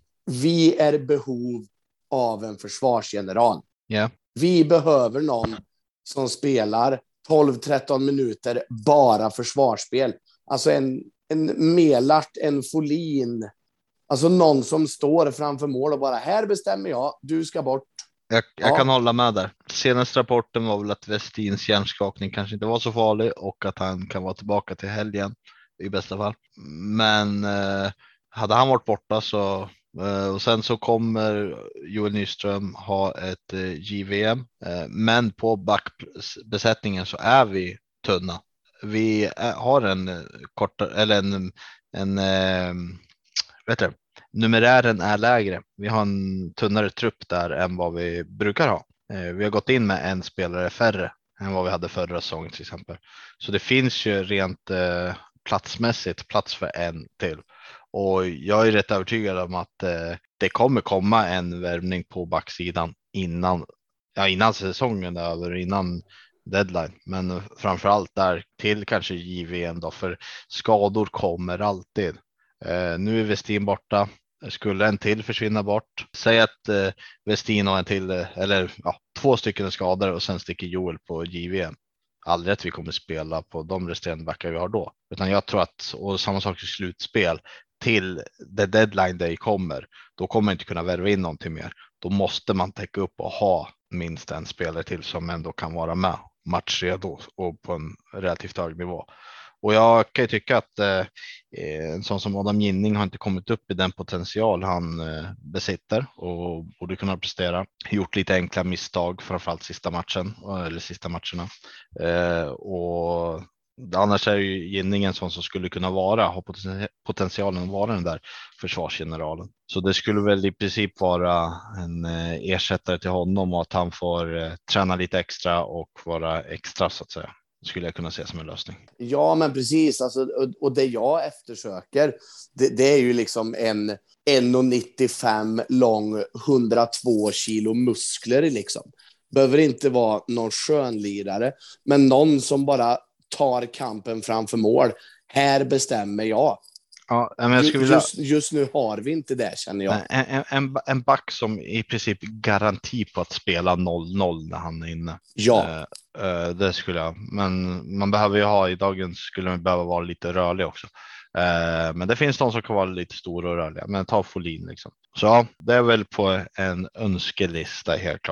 Speaker 2: Vi är behov av en försvarsgeneral.
Speaker 1: Ja.
Speaker 2: Vi behöver någon som spelar 12-13 minuter bara försvarsspel. Alltså en Melart, en Folin. Alltså någon som står framför mål och bara, här bestämmer jag, du ska bort.
Speaker 1: Jag kan hålla med där. Senaste rapporten var väl att Westins hjärnskakning kanske inte var så farlig och att han kan vara tillbaka till helgen i bästa fall. Men hade han varit borta så och sen så kommer Joel Nyström ha ett JVM, men på backbesättningen så är vi tunna. Vi har en kortare, eller numerären är lägre. Vi har en tunnare trupp där än vad vi brukar ha. Vi har gått in med en spelare färre än vad vi hade förra säsongen till exempel. Så det finns ju rent platsmässigt plats för en till. Och jag är rätt övertygad om att det kommer komma en värvning på backsidan innan säsongen är över, innan deadline, men framförallt där till kanske JVM då, för skador kommer alltid. Nu är Westin borta. Skulle en till försvinna bort, säg att Westin har en till, eller 2 stycken skadade och sen sticker Joel på JVM. Aldrig att vi kommer spela på de resterande backar vi har då, utan jag tror att, och samma sak i slutspel till the deadline day kommer, då kommer man inte kunna värva in någonting mer. Då måste man täcka upp och ha minst en spelare till som ändå kan vara med matchredo och på en relativt hög nivå. Och jag kan ju tycka att en sån som Adam Ginning har inte kommit upp i den potential han besitter och borde kunna prestera. Gjort lite enkla misstag, framförallt sista matcherna. Och annars är ju Ginning en sån som skulle kunna ha potentialen att vara den där försvarsgeneralen. Så det skulle väl i princip vara en ersättare till honom och att han får träna lite extra och vara extra så att säga. Skulle jag kunna se som en lösning.
Speaker 2: Ja, men precis. Alltså, och det jag eftersöker, det är ju liksom en 1,95 lång, 102 kilo muskler liksom. Behöver inte vara någon skönlirare, men någon som bara tar kampen framför mål. Här bestämmer jag.
Speaker 1: Ja, men jag skulle vilja...
Speaker 2: just nu har vi inte det, känner jag.
Speaker 1: En back som i princip garanti på att spela 0-0 när han är inne.
Speaker 2: Ja.
Speaker 1: Det skulle jag. Men man behöver ju ha, i dagens skulle man behöva vara lite rörlig också. Men det finns de som kan vara lite stora och rörliga. Men ta Folin liksom. Så ja, det är väl på en önskelista helt klart.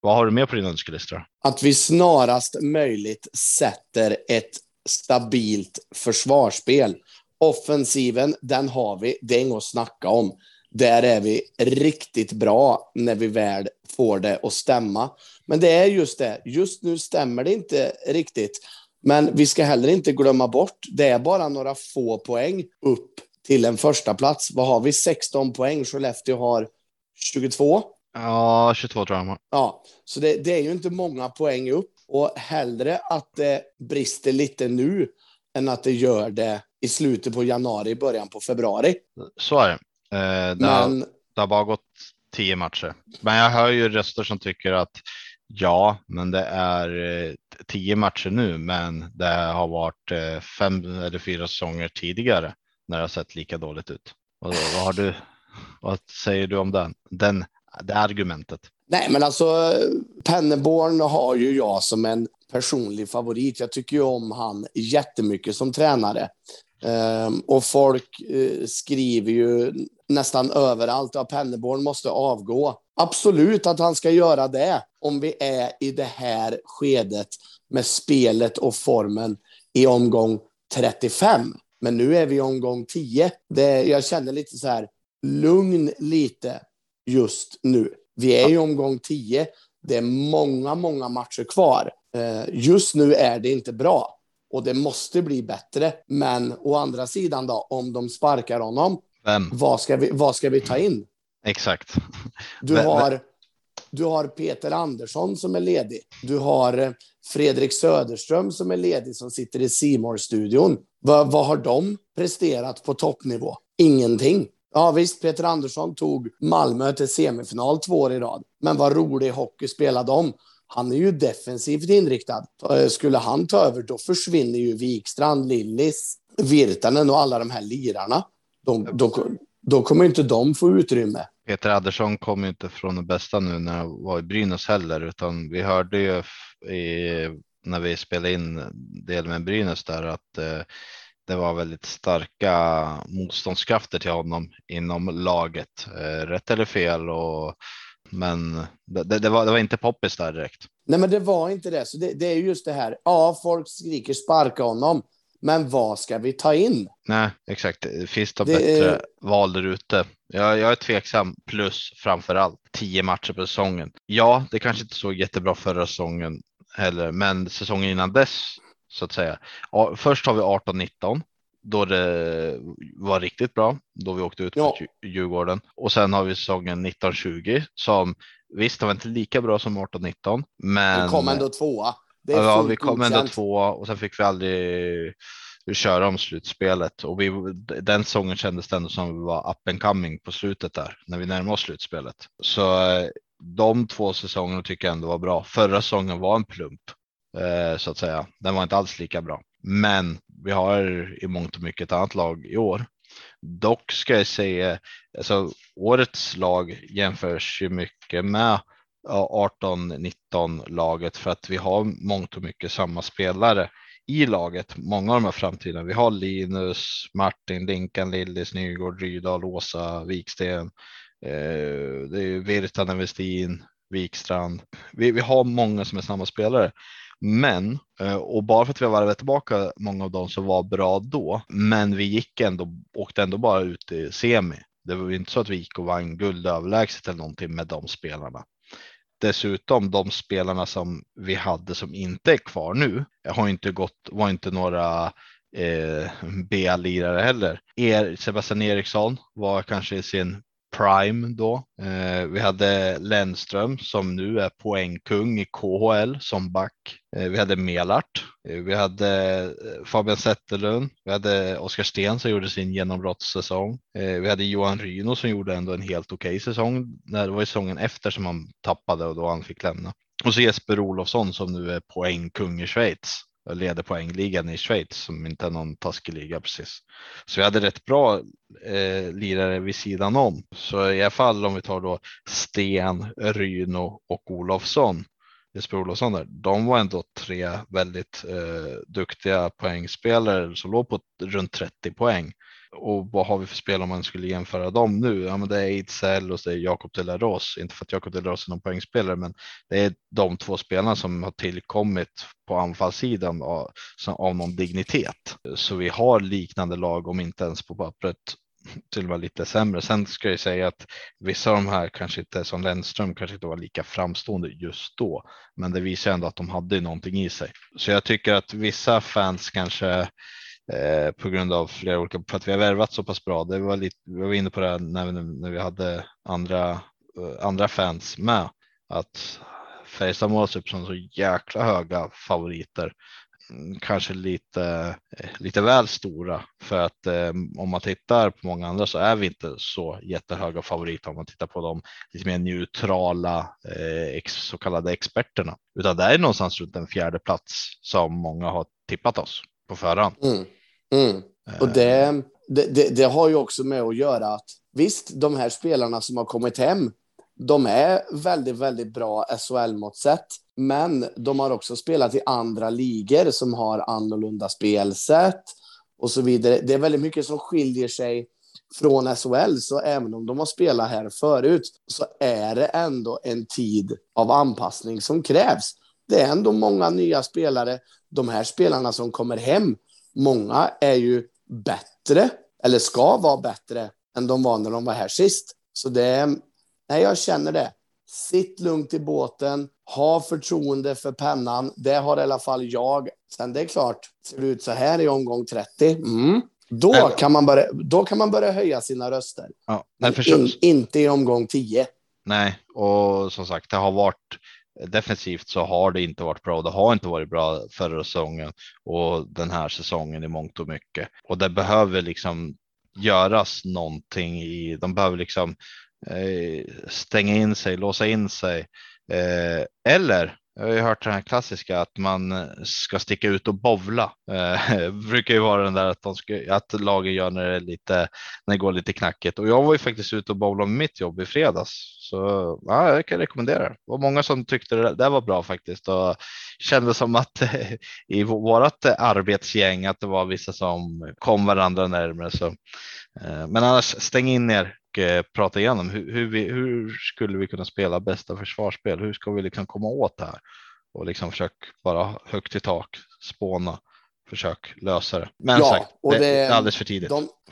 Speaker 1: Vad har du med på din önskelista?
Speaker 2: Att vi snarast möjligt sätter ett stabilt försvarsspel. Offensiven, den har vi. Det är inget att snacka om. Där är vi riktigt bra när vi väl får det att stämma. Men det är just det. Just nu stämmer det inte riktigt. Men vi ska heller inte glömma bort. Det är bara några få poäng upp till en första plats. Vad har vi? 16 poäng. Skellefteå har 22.
Speaker 1: Ja, 22 tror jag.
Speaker 2: Ja, så det är ju inte många poäng upp. Och hellre att det brister lite nu än att det gör det i slutet på januari, början på februari.
Speaker 1: Så är det. Det har bara gått 10 matcher. Men jag hör ju röster som tycker att ja, men det är 10 matcher nu, men det har varit 5 eller 4 säsonger tidigare när det har sett lika dåligt ut. Vad säger du om det argumentet?
Speaker 2: Nej, men alltså Penneborn har ju jag som en personlig favorit. Jag tycker ju om han jättemycket som tränare. Och folk skriver ju nästan överallt att Penneborn måste avgå. Absolut att han ska göra det om vi är i det här skedet med spelet och formen i omgång 35. Men nu är vi i omgång 10. Jag känner lite så här lugn lite just nu. Vi är i omgång 10. Det är många matcher kvar. Just nu är det inte bra. Och det måste bli bättre. Men å andra sidan då, om de sparkar honom, vad ska vi ta in?
Speaker 1: Exakt.
Speaker 2: Du har Peter Andersson som är ledig. Du har Fredrik Söderström som är ledig, som sitter i C More-studion. Vad har de presterat på toppnivå? Ingenting. Ja visst, Peter Andersson tog Malmö till semifinal 2 år i rad. Men vad rolig hockey spelade de. Han är ju defensivt inriktad. Skulle han ta över, då försvinner ju Wikstrand, Lillis, Virtanen och alla de här lirarna. Då kommer inte de få utrymme.
Speaker 1: Peter Andersson kom ju inte från det bästa nu när han var i Brynäs heller, utan vi hörde ju när vi spelade in del med Brynäs där att det var väldigt starka motståndskrafter till honom inom laget. Rätt eller fel, men det var inte poppis där direkt.
Speaker 2: Nej, men det var inte det. Så det är just det här. Ja, folk skriker sparka honom. Men vad ska vi ta in?
Speaker 1: Nej, exakt. Finns det bättre val där ute? Jag är tveksam, plus framförallt 10 matcher på säsongen. Ja, det kanske inte såg jättebra förra säsongen heller, men säsongen innan dess så att säga. Ja, först har vi 18-19. Då det var riktigt bra, då vi åkte ut på Djurgården. Och sen har vi säsongen 19-20 som visst var inte lika bra som 18-19. Men
Speaker 2: vi kom ändå tvåa.
Speaker 1: Vi kom ändå tvåa och sen fick vi aldrig köra om slutspelet. Och den säsongen kändes det ändå som vi var up and coming på slutet där, när vi närmade oss slutspelet. Så de 2 säsongerna tycker jag ändå var bra. Förra säsongen var en plump, så att säga. Den var inte alls lika bra. Men vi har i mångt och mycket ett annat lag i år. Dock ska jag säga, alltså årets lag jämförs ju mycket med 18-19 laget för att vi har mångt och mycket samma spelare i laget. Många av de här framtiden. Vi har Linus, Martin, Linkan, Lillis, Nygård, Rydal, Åsa, Viksten. Det är Virtanen, Westin, Wikstrand. Vi har många som är samma spelare. Men, och bara för att vi har varvat tillbaka många av dem som var bra då, men vi åkte ändå bara ut i semi. Det var ju inte så att vi gick och vann guld överlägset eller någonting med de spelarna. Dessutom de spelarna som vi hade som inte är kvar nu var inte några B-lirare heller. Sebastian Eriksson var kanske i sin prime då. Vi hade Lennström som nu är poängkung i KHL som back. Vi hade Melart. Vi hade Fabian Zetterlund. Vi hade Oskar Sten som gjorde sin genombrottssäsong. Vi hade Johan Ryno som gjorde ändå en helt okej säsong. Det var säsongen efter som han tappade och då han fick lämna. Och så Jesper Olofsson som nu är poängkung i Schweiz. Jag leder poängligan i Schweiz som inte är någon taskig liga precis. Så vi hade rätt bra lirare vid sidan om. Så i alla fall om vi tar då Sten, Ryno och Olofsson. Jesper Olofsson där. De var ändå 3 väldigt duktiga poängspelare som låg på runt 30 poäng. Och vad har vi för spel om man skulle jämföra dem nu? Ja, men det är Ejdsell och så är Jakob de la Rose. Inte för att Jakob de la Rose är någon poängspelare, men det är de två spelarna som har tillkommit på anfallssidan av någon dignitet. Så vi har liknande lag, om inte ens på pappret till och med lite sämre. Sen ska jag säga att vissa av de här kanske inte, som Lennström, kanske inte var lika framstående just då, men det visar ändå att de hade någonting i sig. Så jag tycker att vissa fans kanske på grund av flera olika, för att vi har värvat så pass bra. Det var lite, vi var inne på det när vi hade andra fans med, att Färjestad målas upp som så jäkla höga favoriter. Kanske lite väl stora, för att om man tittar på många andra så är vi inte så jättehöga favoriter om man tittar på de lite mer neutrala så kallade experterna, utan det är någonstans runt en fjärde plats som många har tippat oss på förhand.
Speaker 2: Och det har ju också med att göra att visst, de här spelarna som har kommit hem, de är väldigt, väldigt bra SHL-mått sett, men de har också spelat i andra ligor som har annorlunda spelsätt och så vidare. Det är väldigt mycket som skiljer sig från SHL, så även om de har spelat här förut så är det ändå en tid av anpassning som krävs. Det är ändå många nya spelare. De här spelarna som kommer hem, många är ju bättre, eller ska vara bättre än de var när de var här sist. Så jag känner det. Sitt lugnt i båten, ha förtroende för pennan. Det har i alla fall jag. Sen det är klart, ser det ut så här i omgång 30, då kan man börja höja sina röster.
Speaker 1: Ja,
Speaker 2: inte i omgång 10.
Speaker 1: Nej, och som sagt, det har varit defensivt, så har det inte varit bra. Det har inte varit bra förra säsongen och den här säsongen i mångt och mycket. Och det behöver liksom göras någonting de behöver liksom stänga in sig, låsa in sig. Eller jag har ju hört den här klassiska att man ska sticka ut och bovla. Brukar ju vara den där att lagen gör när det går lite knackigt. Och jag var ju faktiskt ute och bowla med mitt jobb i fredags. Så ja, jag kan rekommendera det. Det var många som tyckte det var bra faktiskt. Och kände som att i vårat arbetsgäng att det var vissa som kom varandra närmare. Så. Men annars, stäng in er och prata igenom hur skulle vi kunna spela bästa försvarsspel? Hur ska vi liksom komma åt det här? Och liksom försök bara högt i tak, spåna, försök lösa det. Men
Speaker 2: ja,
Speaker 1: sagt, det är alldeles för tidigt.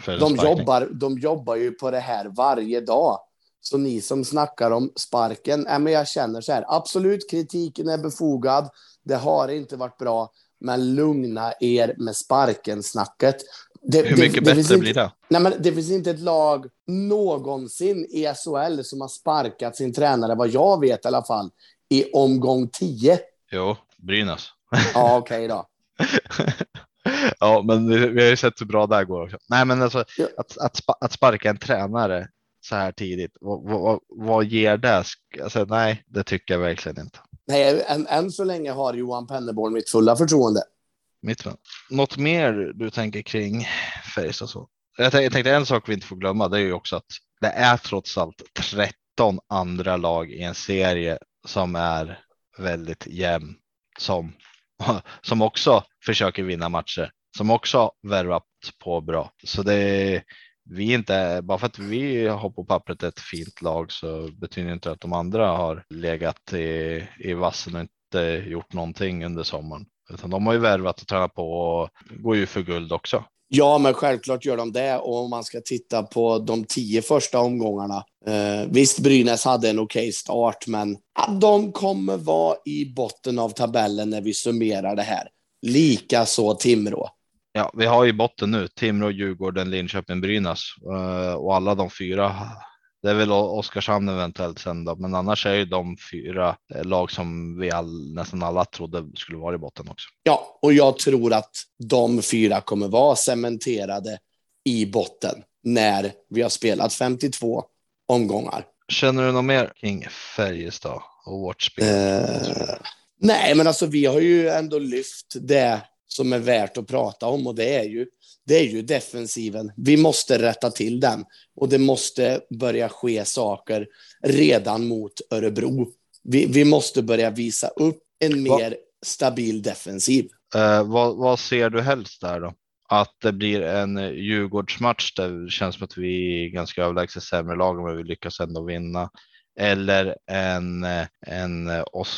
Speaker 2: De jobbar ju på det här varje dag. Så ni som snackar om sparken, men jag känner så här, absolut, kritiken är befogad. Det har inte varit bra, men lugna er med sparken-snacket.
Speaker 1: Hur mycket bättre blir det?
Speaker 2: Nej, men det finns inte ett lag någonsin i SHL som har sparkat sin tränare, vad jag vet i alla fall, i omgång 10.
Speaker 1: Jo, Brynäs.
Speaker 2: Ja, okej då.
Speaker 1: Ja, men vi har ju sett hur bra det går också. Nej, men alltså,
Speaker 2: Ja.
Speaker 1: att sparka en tränare så här tidigt, vad ger det? Alltså, nej, det tycker jag verkligen inte.
Speaker 2: Nej, än så länge har Johan Penneborn mitt fulla förtroende.
Speaker 1: Något mer du tänker kring Färjestad så? Jag tänkte en sak vi inte får glömma, det är ju också att det är trots allt 13 andra lag i en serie som är väldigt jämn, som också försöker vinna matcher, som också värvat på bra. Så vi inte, bara för att vi har på pappret ett fint lag så betyder inte att de andra har legat i vassen och inte gjort någonting under sommaren. Utan de har ju värvat och tränat på och går ju för guld också.
Speaker 2: Ja, men självklart gör de det. Och om man ska titta på de 10 första omgångarna. Visst, Brynäs hade en okej start, men de kommer vara i botten av tabellen när vi summerar det här. Lika så Timrå.
Speaker 1: Ja, vi har ju botten nu. Timrå, Djurgården, Linköping, Brynäs. Och alla de 4. Det är väl Oskarshamn eventuellt sen då. Men annars är ju de 4 lag som vi nästan alla trodde skulle vara i botten också.
Speaker 2: Ja, och jag tror att de 4 kommer vara cementerade i botten när vi har spelat 52 omgångar.
Speaker 1: Känner du något mer kring Färjestad och vårt spel?
Speaker 2: Nej, men alltså vi har ju ändå lyft det som är värt att prata om, och det är ju defensiven. Vi måste rätta till den, och det måste börja ske saker redan mot Örebro. Vi måste börja visa upp en mer stabil defensiv.
Speaker 1: Vad ser du helst där då? att det blir en Djurgårdsmatch där det känns som att vi är ganska överlägset sämre lag, men vi lyckas ändå vinna. Eller en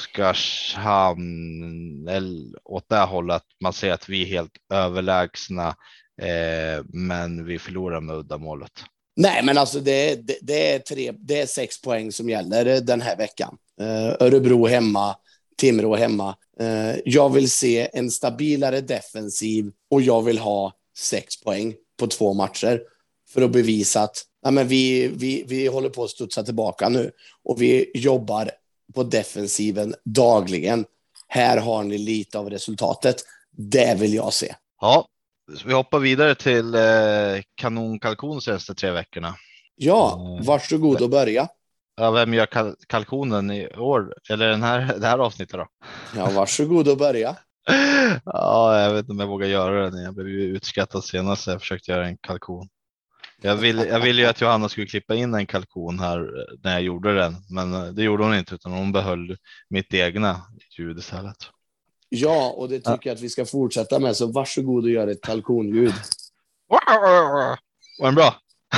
Speaker 1: Oskarshamn eller åt det hållet. Man ser att vi är helt överlägsna, men vi förlorar med uddamålet.
Speaker 2: Nej, men alltså det är 6 poäng som gäller den här veckan. Örebro hemma, Timrå hemma. Jag vill se en stabilare defensiv och jag vill ha 6 poäng på 2 matcher för att bevisa att vi håller på att studsa tillbaka nu och vi jobbar på defensiven dagligen. Här har ni lite av resultatet. Det vill jag se.
Speaker 1: Ja, vi hoppar vidare till kanonkalkon senaste 3 veckorna.
Speaker 2: Ja, varsågod och börja.
Speaker 1: Ja, vem gör kalkonen i år? Eller det här avsnittet då?
Speaker 2: Ja, varsågod och börja.
Speaker 1: Ja, jag vet inte om jag vågar göra det. Jag blev ju utskrattad senast så jag försökte göra en kalkon. Jag ville ju att Johanna skulle klippa in en kalkon här när jag gjorde den. Men det gjorde hon inte, utan hon behöll mitt egna ljud istället.
Speaker 2: Ja, och det tycker jag att vi ska fortsätta med. Så varsågod och gör ett kalkonljud.
Speaker 1: Var den bra?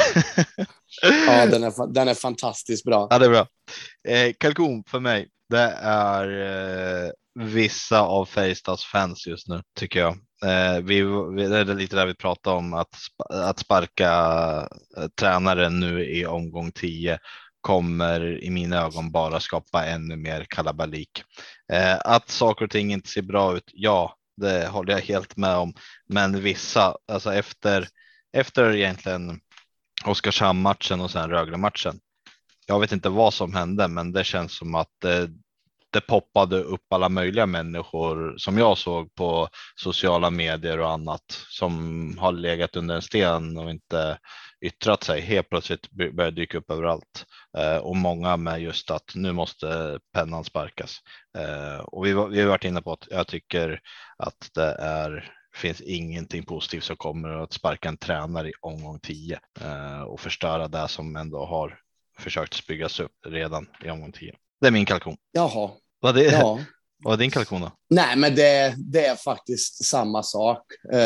Speaker 2: Ja, den är fantastiskt bra.
Speaker 1: Ja, det är bra. Kalkon för mig, det är vissa av Färjestads fans just nu, tycker jag. Det är lite där vi pratar om att sparka tränaren nu i omgång 10 kommer i mina ögon bara skapa ännu mer kalabalik. Att saker och ting inte ser bra ut, ja, det håller jag helt med om. Men vissa, alltså efter egentligen Oskarshamn-matchen och sen Rögle-matchen. Jag vet inte vad som hände, men det känns som att det poppade upp alla möjliga människor som jag såg på sociala medier och annat som har legat under en sten och inte yttrat sig. Helt plötsligt börjar dyka upp överallt. Och många med just att nu måste pennan sparkas. Och vi har varit inne på att jag tycker att finns ingenting positivt som kommer att sparka en tränare i omgång 10 och förstöra det som ändå har försökt byggas upp redan i omgång 10. Det är min kalkon.
Speaker 2: Jaha.
Speaker 1: Vad är din kalkon då?
Speaker 2: Nej, men det är faktiskt samma sak.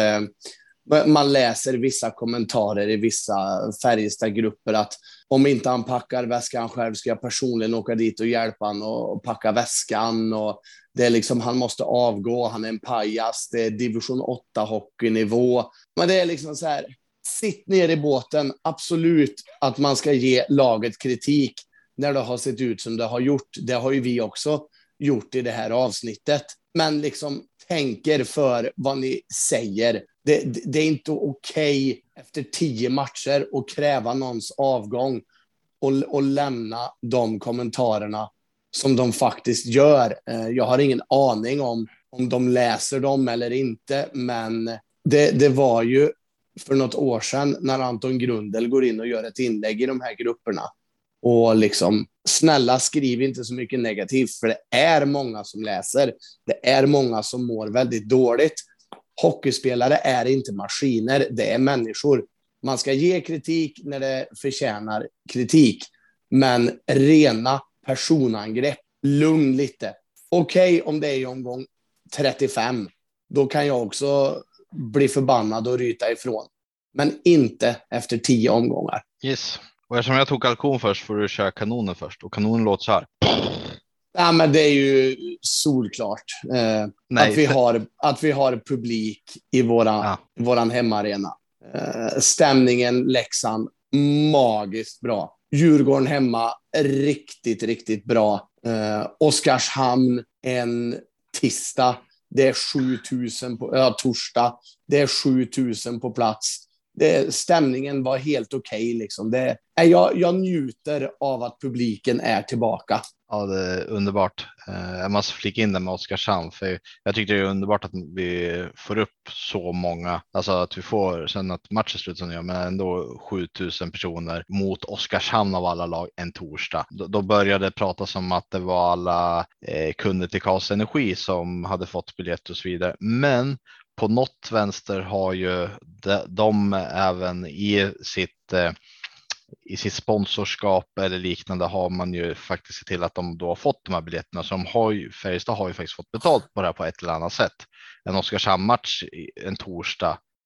Speaker 2: Man läser vissa kommentarer i vissa Färjestad-grupper att om inte han packar väskan själv ska jag personligen åka dit och hjälpa han och packa väskan. Och det är liksom, han måste avgå, han är en pajas, det är division 8 hockeynivå. Men det är liksom så här, sitt ner i båten, absolut att man ska ge laget kritik när det har sett ut som det har gjort. Det har ju vi också gjort i det här avsnittet. Men liksom tänker för vad ni säger. Det är inte okej efter 10 matcher att kräva någons avgång och lämna de kommentarerna som de faktiskt gör. Jag har ingen aning om de läser dem eller inte, men det var ju för något år sedan när Anton Grundel går in och gör ett inlägg i de här grupperna. Och liksom, snälla skriv inte så mycket negativt, för det är många som läser. Det är många som mår väldigt dåligt. Hockeyspelare är inte maskiner, det är människor. Man ska ge kritik när det förtjänar kritik. Men rena personangrepp, lugn lite. Okej, om det är i omgång 35, då kan jag också bli förbannad och ryta ifrån. Men inte efter 10 omgångar.
Speaker 1: Yes. Och eftersom jag tog kalkon först får du köra kanonen först. Och kanonen låter så här.
Speaker 2: Ja, men det är ju solklart. Att vi har publik i våran hemmaarena. Stämningen, Leksand, magiskt bra. Djurgården hemma, riktigt, riktigt bra. Oskarshamn en tisdag. Det är 7000 på torsdag. Det är 7000 på plats. Stämningen var helt okej. Liksom. Jag njuter av att publiken är tillbaka.
Speaker 1: Ja, det är underbart. Jag måste flika in det med Oskarshamn, för jag tyckte det är underbart att vi får upp så många, alltså att vi får sen att matchen slutar, men ändå 7000 personer mot Oskarshamn av alla lag en torsdag. Då började det pratas om att det var alla kunder till Karlstad Energi som hade fått biljett och så vidare, men på något vänster har ju de även i sitt sponsorskap eller liknande har man ju faktiskt sett till att de då har fått de här biljetterna. Så Färjestad har ju faktiskt fått betalt på det här på ett eller annat sätt. En Oskarshamn-match en torsdag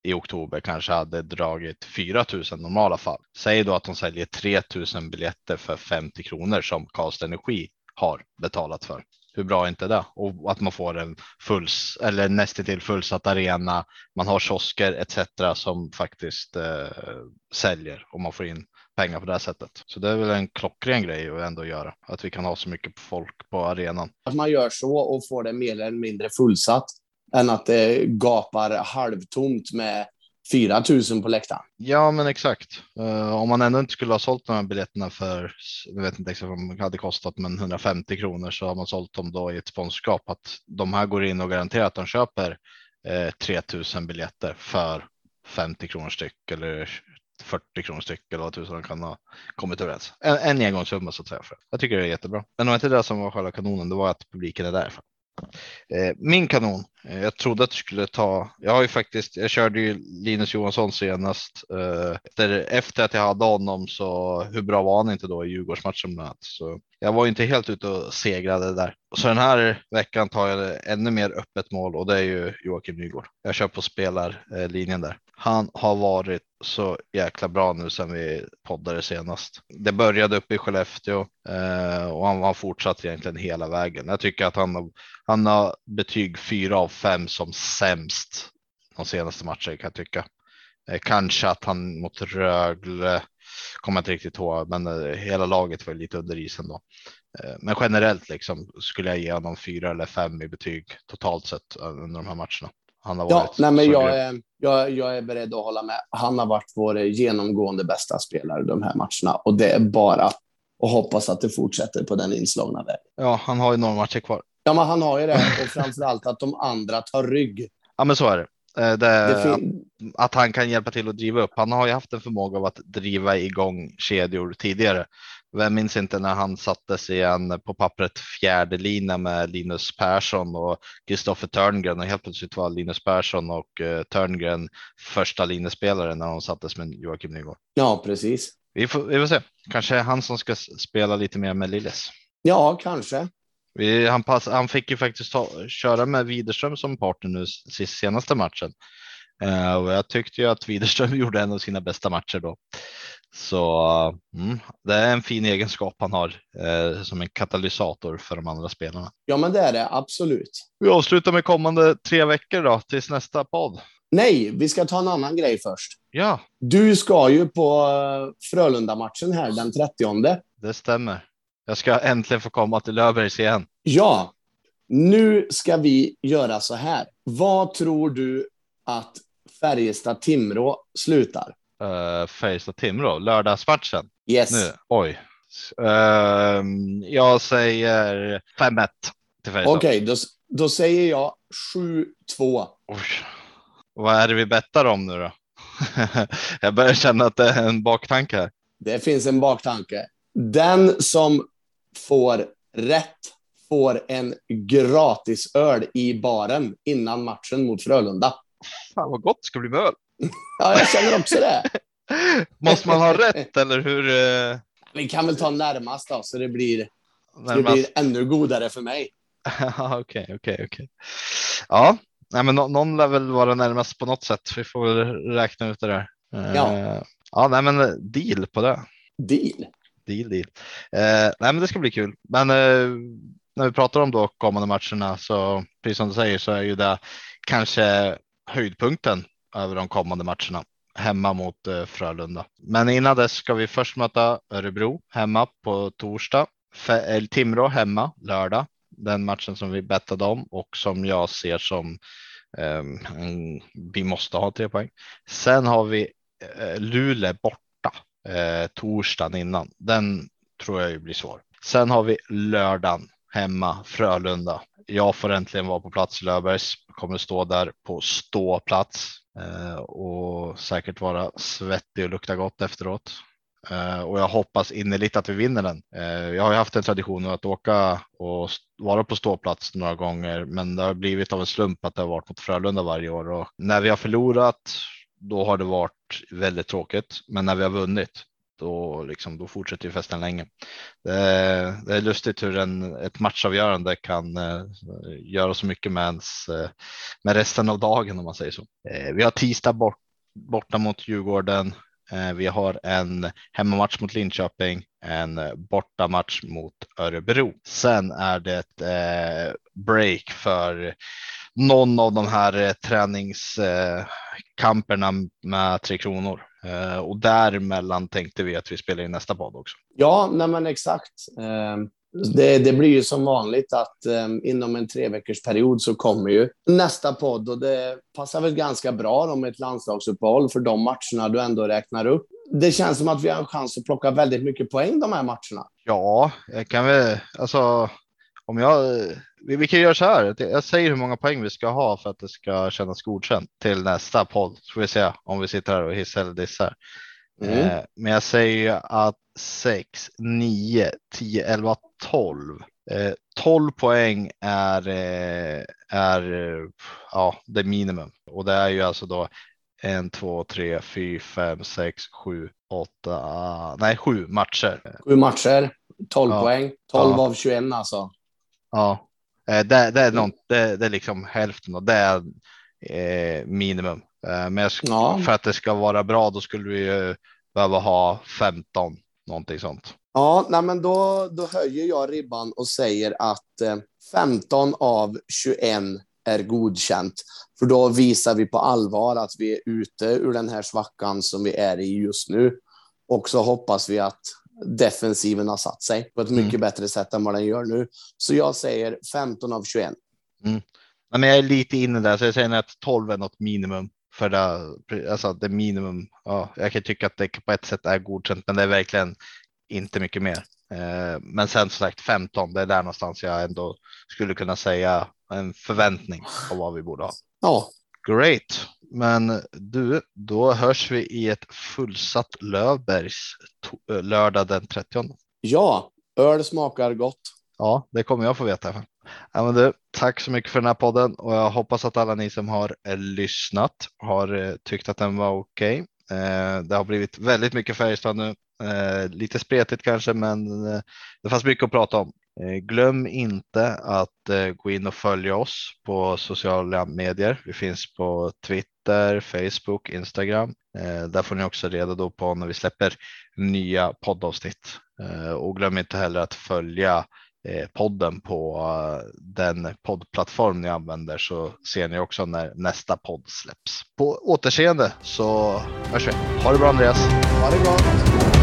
Speaker 1: i oktober kanske hade dragit 4 000 normala fall. Säg då att de säljer 3 000 biljetter för 50 kronor som Karlstad Energi har betalat för. Hur bra är inte det? Och att man får en eller nästintill fullsatt arena. Man har kiosker etc. som faktiskt säljer och man får in pengar på det här sättet. Så det är väl en klockren grej att ändå göra. Att vi kan ha så mycket folk på arenan.
Speaker 2: Att man gör så och får det mer eller mindre fullsatt än att det gapar halvtomt med 4 000 på läktaren.
Speaker 1: Ja, men exakt. Om man ändå inte skulle ha sålt de här biljetterna för, jag vet inte exakt vad de hade kostat, men 150 kronor, så har man sålt dem då i ett sponsorskap. Att de här går in och garanterar att de köper 3 000 biljetter för 50 kronor styck eller 40 kronor styck eller vad tusen de kan ha kommit överens. En engångssumma så att säga. Jag tycker det är jättebra. Men det var inte det som var själva kanonen, det var att publiken är där. Min kanon, jag trodde att du skulle ta, jag körde ju Linus Johansson senast efter att jag hade honom, så hur bra var han inte då i Djurgårdsmatchen bland annat. Så jag var inte helt ute och segrade där. Så den här veckan tar jag ännu mer öppet mål och det är ju Joakim Nygård. Jag kör på spelarlinjen där. Han har varit så jäkla bra nu sen vi poddade senast. Det började upp i Skellefteå och han har fortsatt egentligen hela vägen. Jag tycker att han har betyg 4 av 5 som sämst de senaste matcherna kan jag tycka. Kanske att han mot Rögle kommer inte riktigt ihåg, men hela laget var lite under isen då. Men generellt liksom skulle jag ge honom 4 eller 5 i betyg totalt sett under de här matcherna. Han har varit
Speaker 2: jag är beredd att hålla med. Han har varit vår genomgående bästa spelare de här matcherna och det är bara att hoppas att det fortsätter på den inslagna vägen.
Speaker 1: Ja, han har ju några matcher kvar.
Speaker 2: Ja, men han har ju det och framförallt att de andra tar rygg.
Speaker 1: Ja, men så är det. Att han kan hjälpa till att driva upp. Han har ju haft en förmåga av att driva igång kedjor tidigare. Vem minns inte när han sattes igen på pappret fjärde lina med Linus Persson och Kristoffer Törngren, och helt plötsligt var Linus Persson och Törngren första linespelare när de sattes med Joakim Nygård.
Speaker 2: Ja, precis.
Speaker 1: Vi får se. Kanske är han som ska spela lite mer med Lilles.
Speaker 2: Ja, kanske.
Speaker 1: Han fick ju faktiskt köra med Widerström som partner nu senaste matchen. Och jag tyckte ju att Widerström gjorde en av sina bästa matcher då. Så det är en fin egenskap han har som en katalysator för de andra spelarna.
Speaker 2: Ja, men det är det, absolut.
Speaker 1: Vi avslutar med kommande 3 veckor då, tills nästa podd.
Speaker 2: Nej, vi ska ta en annan grej först.
Speaker 1: Ja.
Speaker 2: Du ska ju på Frölunda-matchen här den 30:e.
Speaker 1: Det stämmer. Jag ska äntligen få komma till Löfbergs igen.
Speaker 2: Ja, nu ska vi göra så här. Vad tror du att Färjestad-Timrå slutar?
Speaker 1: Färjestad-Timrå, lördagsmatchen.
Speaker 2: Yes.
Speaker 1: Nu, oj. Jag säger 5-1 till Färjestad.
Speaker 2: Okej, då säger jag 7-2.
Speaker 1: Oj. Vad är det vi bettar om nu då? Jag börjar känna att det är en baktanke här.
Speaker 2: Det finns en baktanke. Den som får rätt får en gratis öl i baren innan matchen mot Frölunda.
Speaker 1: Fan vad gott det ska bli med öl.
Speaker 2: Ja, jag känner också det.
Speaker 1: Måste man ha rätt eller hur?
Speaker 2: Vi kan väl ta närmast då, så det blir ännu godare för mig.
Speaker 1: Okej. Ja, nej, men någon lär väl vara närmast på något sätt. Vi får väl räkna ut det där. Ja, nej, men deal på det.
Speaker 2: Deal.
Speaker 1: Nej, men det ska bli kul. Men när vi pratar om då kommande matcherna, så precis som du säger, så är ju det kanske höjdpunkten över de kommande matcherna hemma mot Frölunda. Men innan dess ska vi först möta Örebro hemma på torsdag, Timrå hemma lördag, den matchen som vi bettade om och som jag ser som vi måste ha 3 poäng. Sen har vi Luleå borta torsdagen innan. Den tror jag blir svår. Sen har vi lördagen hemma Frölunda. Jag får äntligen vara på plats i Löfbergs. Kommer stå där på ståplats och säkert vara svettig och lukta gott efteråt. Och jag hoppas innerligt att vi vinner den. Jag har ju haft en tradition att åka och vara på ståplats några gånger, men det har blivit av en slump att det har varit mot Frölunda varje år, och när vi har förlorat då har det varit väldigt tråkigt, men när vi har vunnit då fortsätter ju festen länge. Det är lustigt hur ett matchavgörande kan göra så mycket med resten av dagen, om man säger så. Vi har tisdag borta mot Djurgården. Vi har en hemmamatch mot Linköping, en bortamatch mot Örebro. Sen är det ett break för någon av de här träningskamperna med Tre Kronor. Och däremellan tänkte vi att vi spelar in nästa podd också.
Speaker 2: Ja, nej men exakt. Det blir ju som vanligt att inom en 3 veckors period så kommer ju nästa podd, och det passar väl ganska bra med ett landslagsuppehåll för de matcherna du ändå räknar upp. Det känns som att vi har en chans att plocka väldigt mycket poäng de här matcherna.
Speaker 1: Ja, jag kan väl, alltså vi kan göra så här. Jag säger hur många poäng vi ska ha för att det ska kännas godkänt till nästa podd. Så får vi se om vi sitter här och hissar eller dissar. Men jag säger att 6, 9, 10, 11, 12. 12 poäng är det minimum. Och det är ju alltså då 1, 2, 3, 4, 5, 6, 7, 7 matcher.
Speaker 2: 7 matcher, 12 poäng. 12 av 21 alltså.
Speaker 1: Ja, det är liksom hälften, och det är minimum. Men för att det ska vara bra, då skulle vi ju behöva ha 15, någonting sånt.
Speaker 2: Ja, nej, men då höjer jag ribban och säger att 15 av 21 är godkänt. För då visar vi på allvar att vi är ute ur den här svackan som vi är i just nu. Och så hoppas vi att defensiven har satt sig på ett mycket bättre sätt än vad den gör nu. Så jag säger 15 av 21.
Speaker 1: Men jag är lite inne där, så jag säger att 12 är något minimum. För det minimum, ja, jag kan tycka att det på ett sätt är godkänt, men det är verkligen inte mycket mer. Men sen som sagt 15, det är där någonstans jag ändå skulle kunna säga en förväntning av vad vi borde ha.
Speaker 2: Ja.
Speaker 1: Great. Men du, då hörs vi i ett fullsatt Löfbergs lördag den 30.
Speaker 2: Ja, öl smakar gott.
Speaker 1: Ja, det kommer jag få veta. Ja, men du, tack så mycket för den här podden, och jag hoppas att alla ni som har lyssnat har tyckt att den var okej. Det har blivit väldigt mycket Färjestad nu. Lite spretigt kanske, men det fanns mycket att prata om. Glöm inte att gå in och följa oss på sociala medier. Vi finns på Twitter, Facebook, Instagram. Där får ni också reda då på när vi släpper nya poddavsnitt. Och glöm inte heller att följa podden på den poddplattform ni använder, så ser ni också när nästa podd släpps. På återseende, så hörs vi. Ha det bra, Andreas.
Speaker 2: Ha det bra.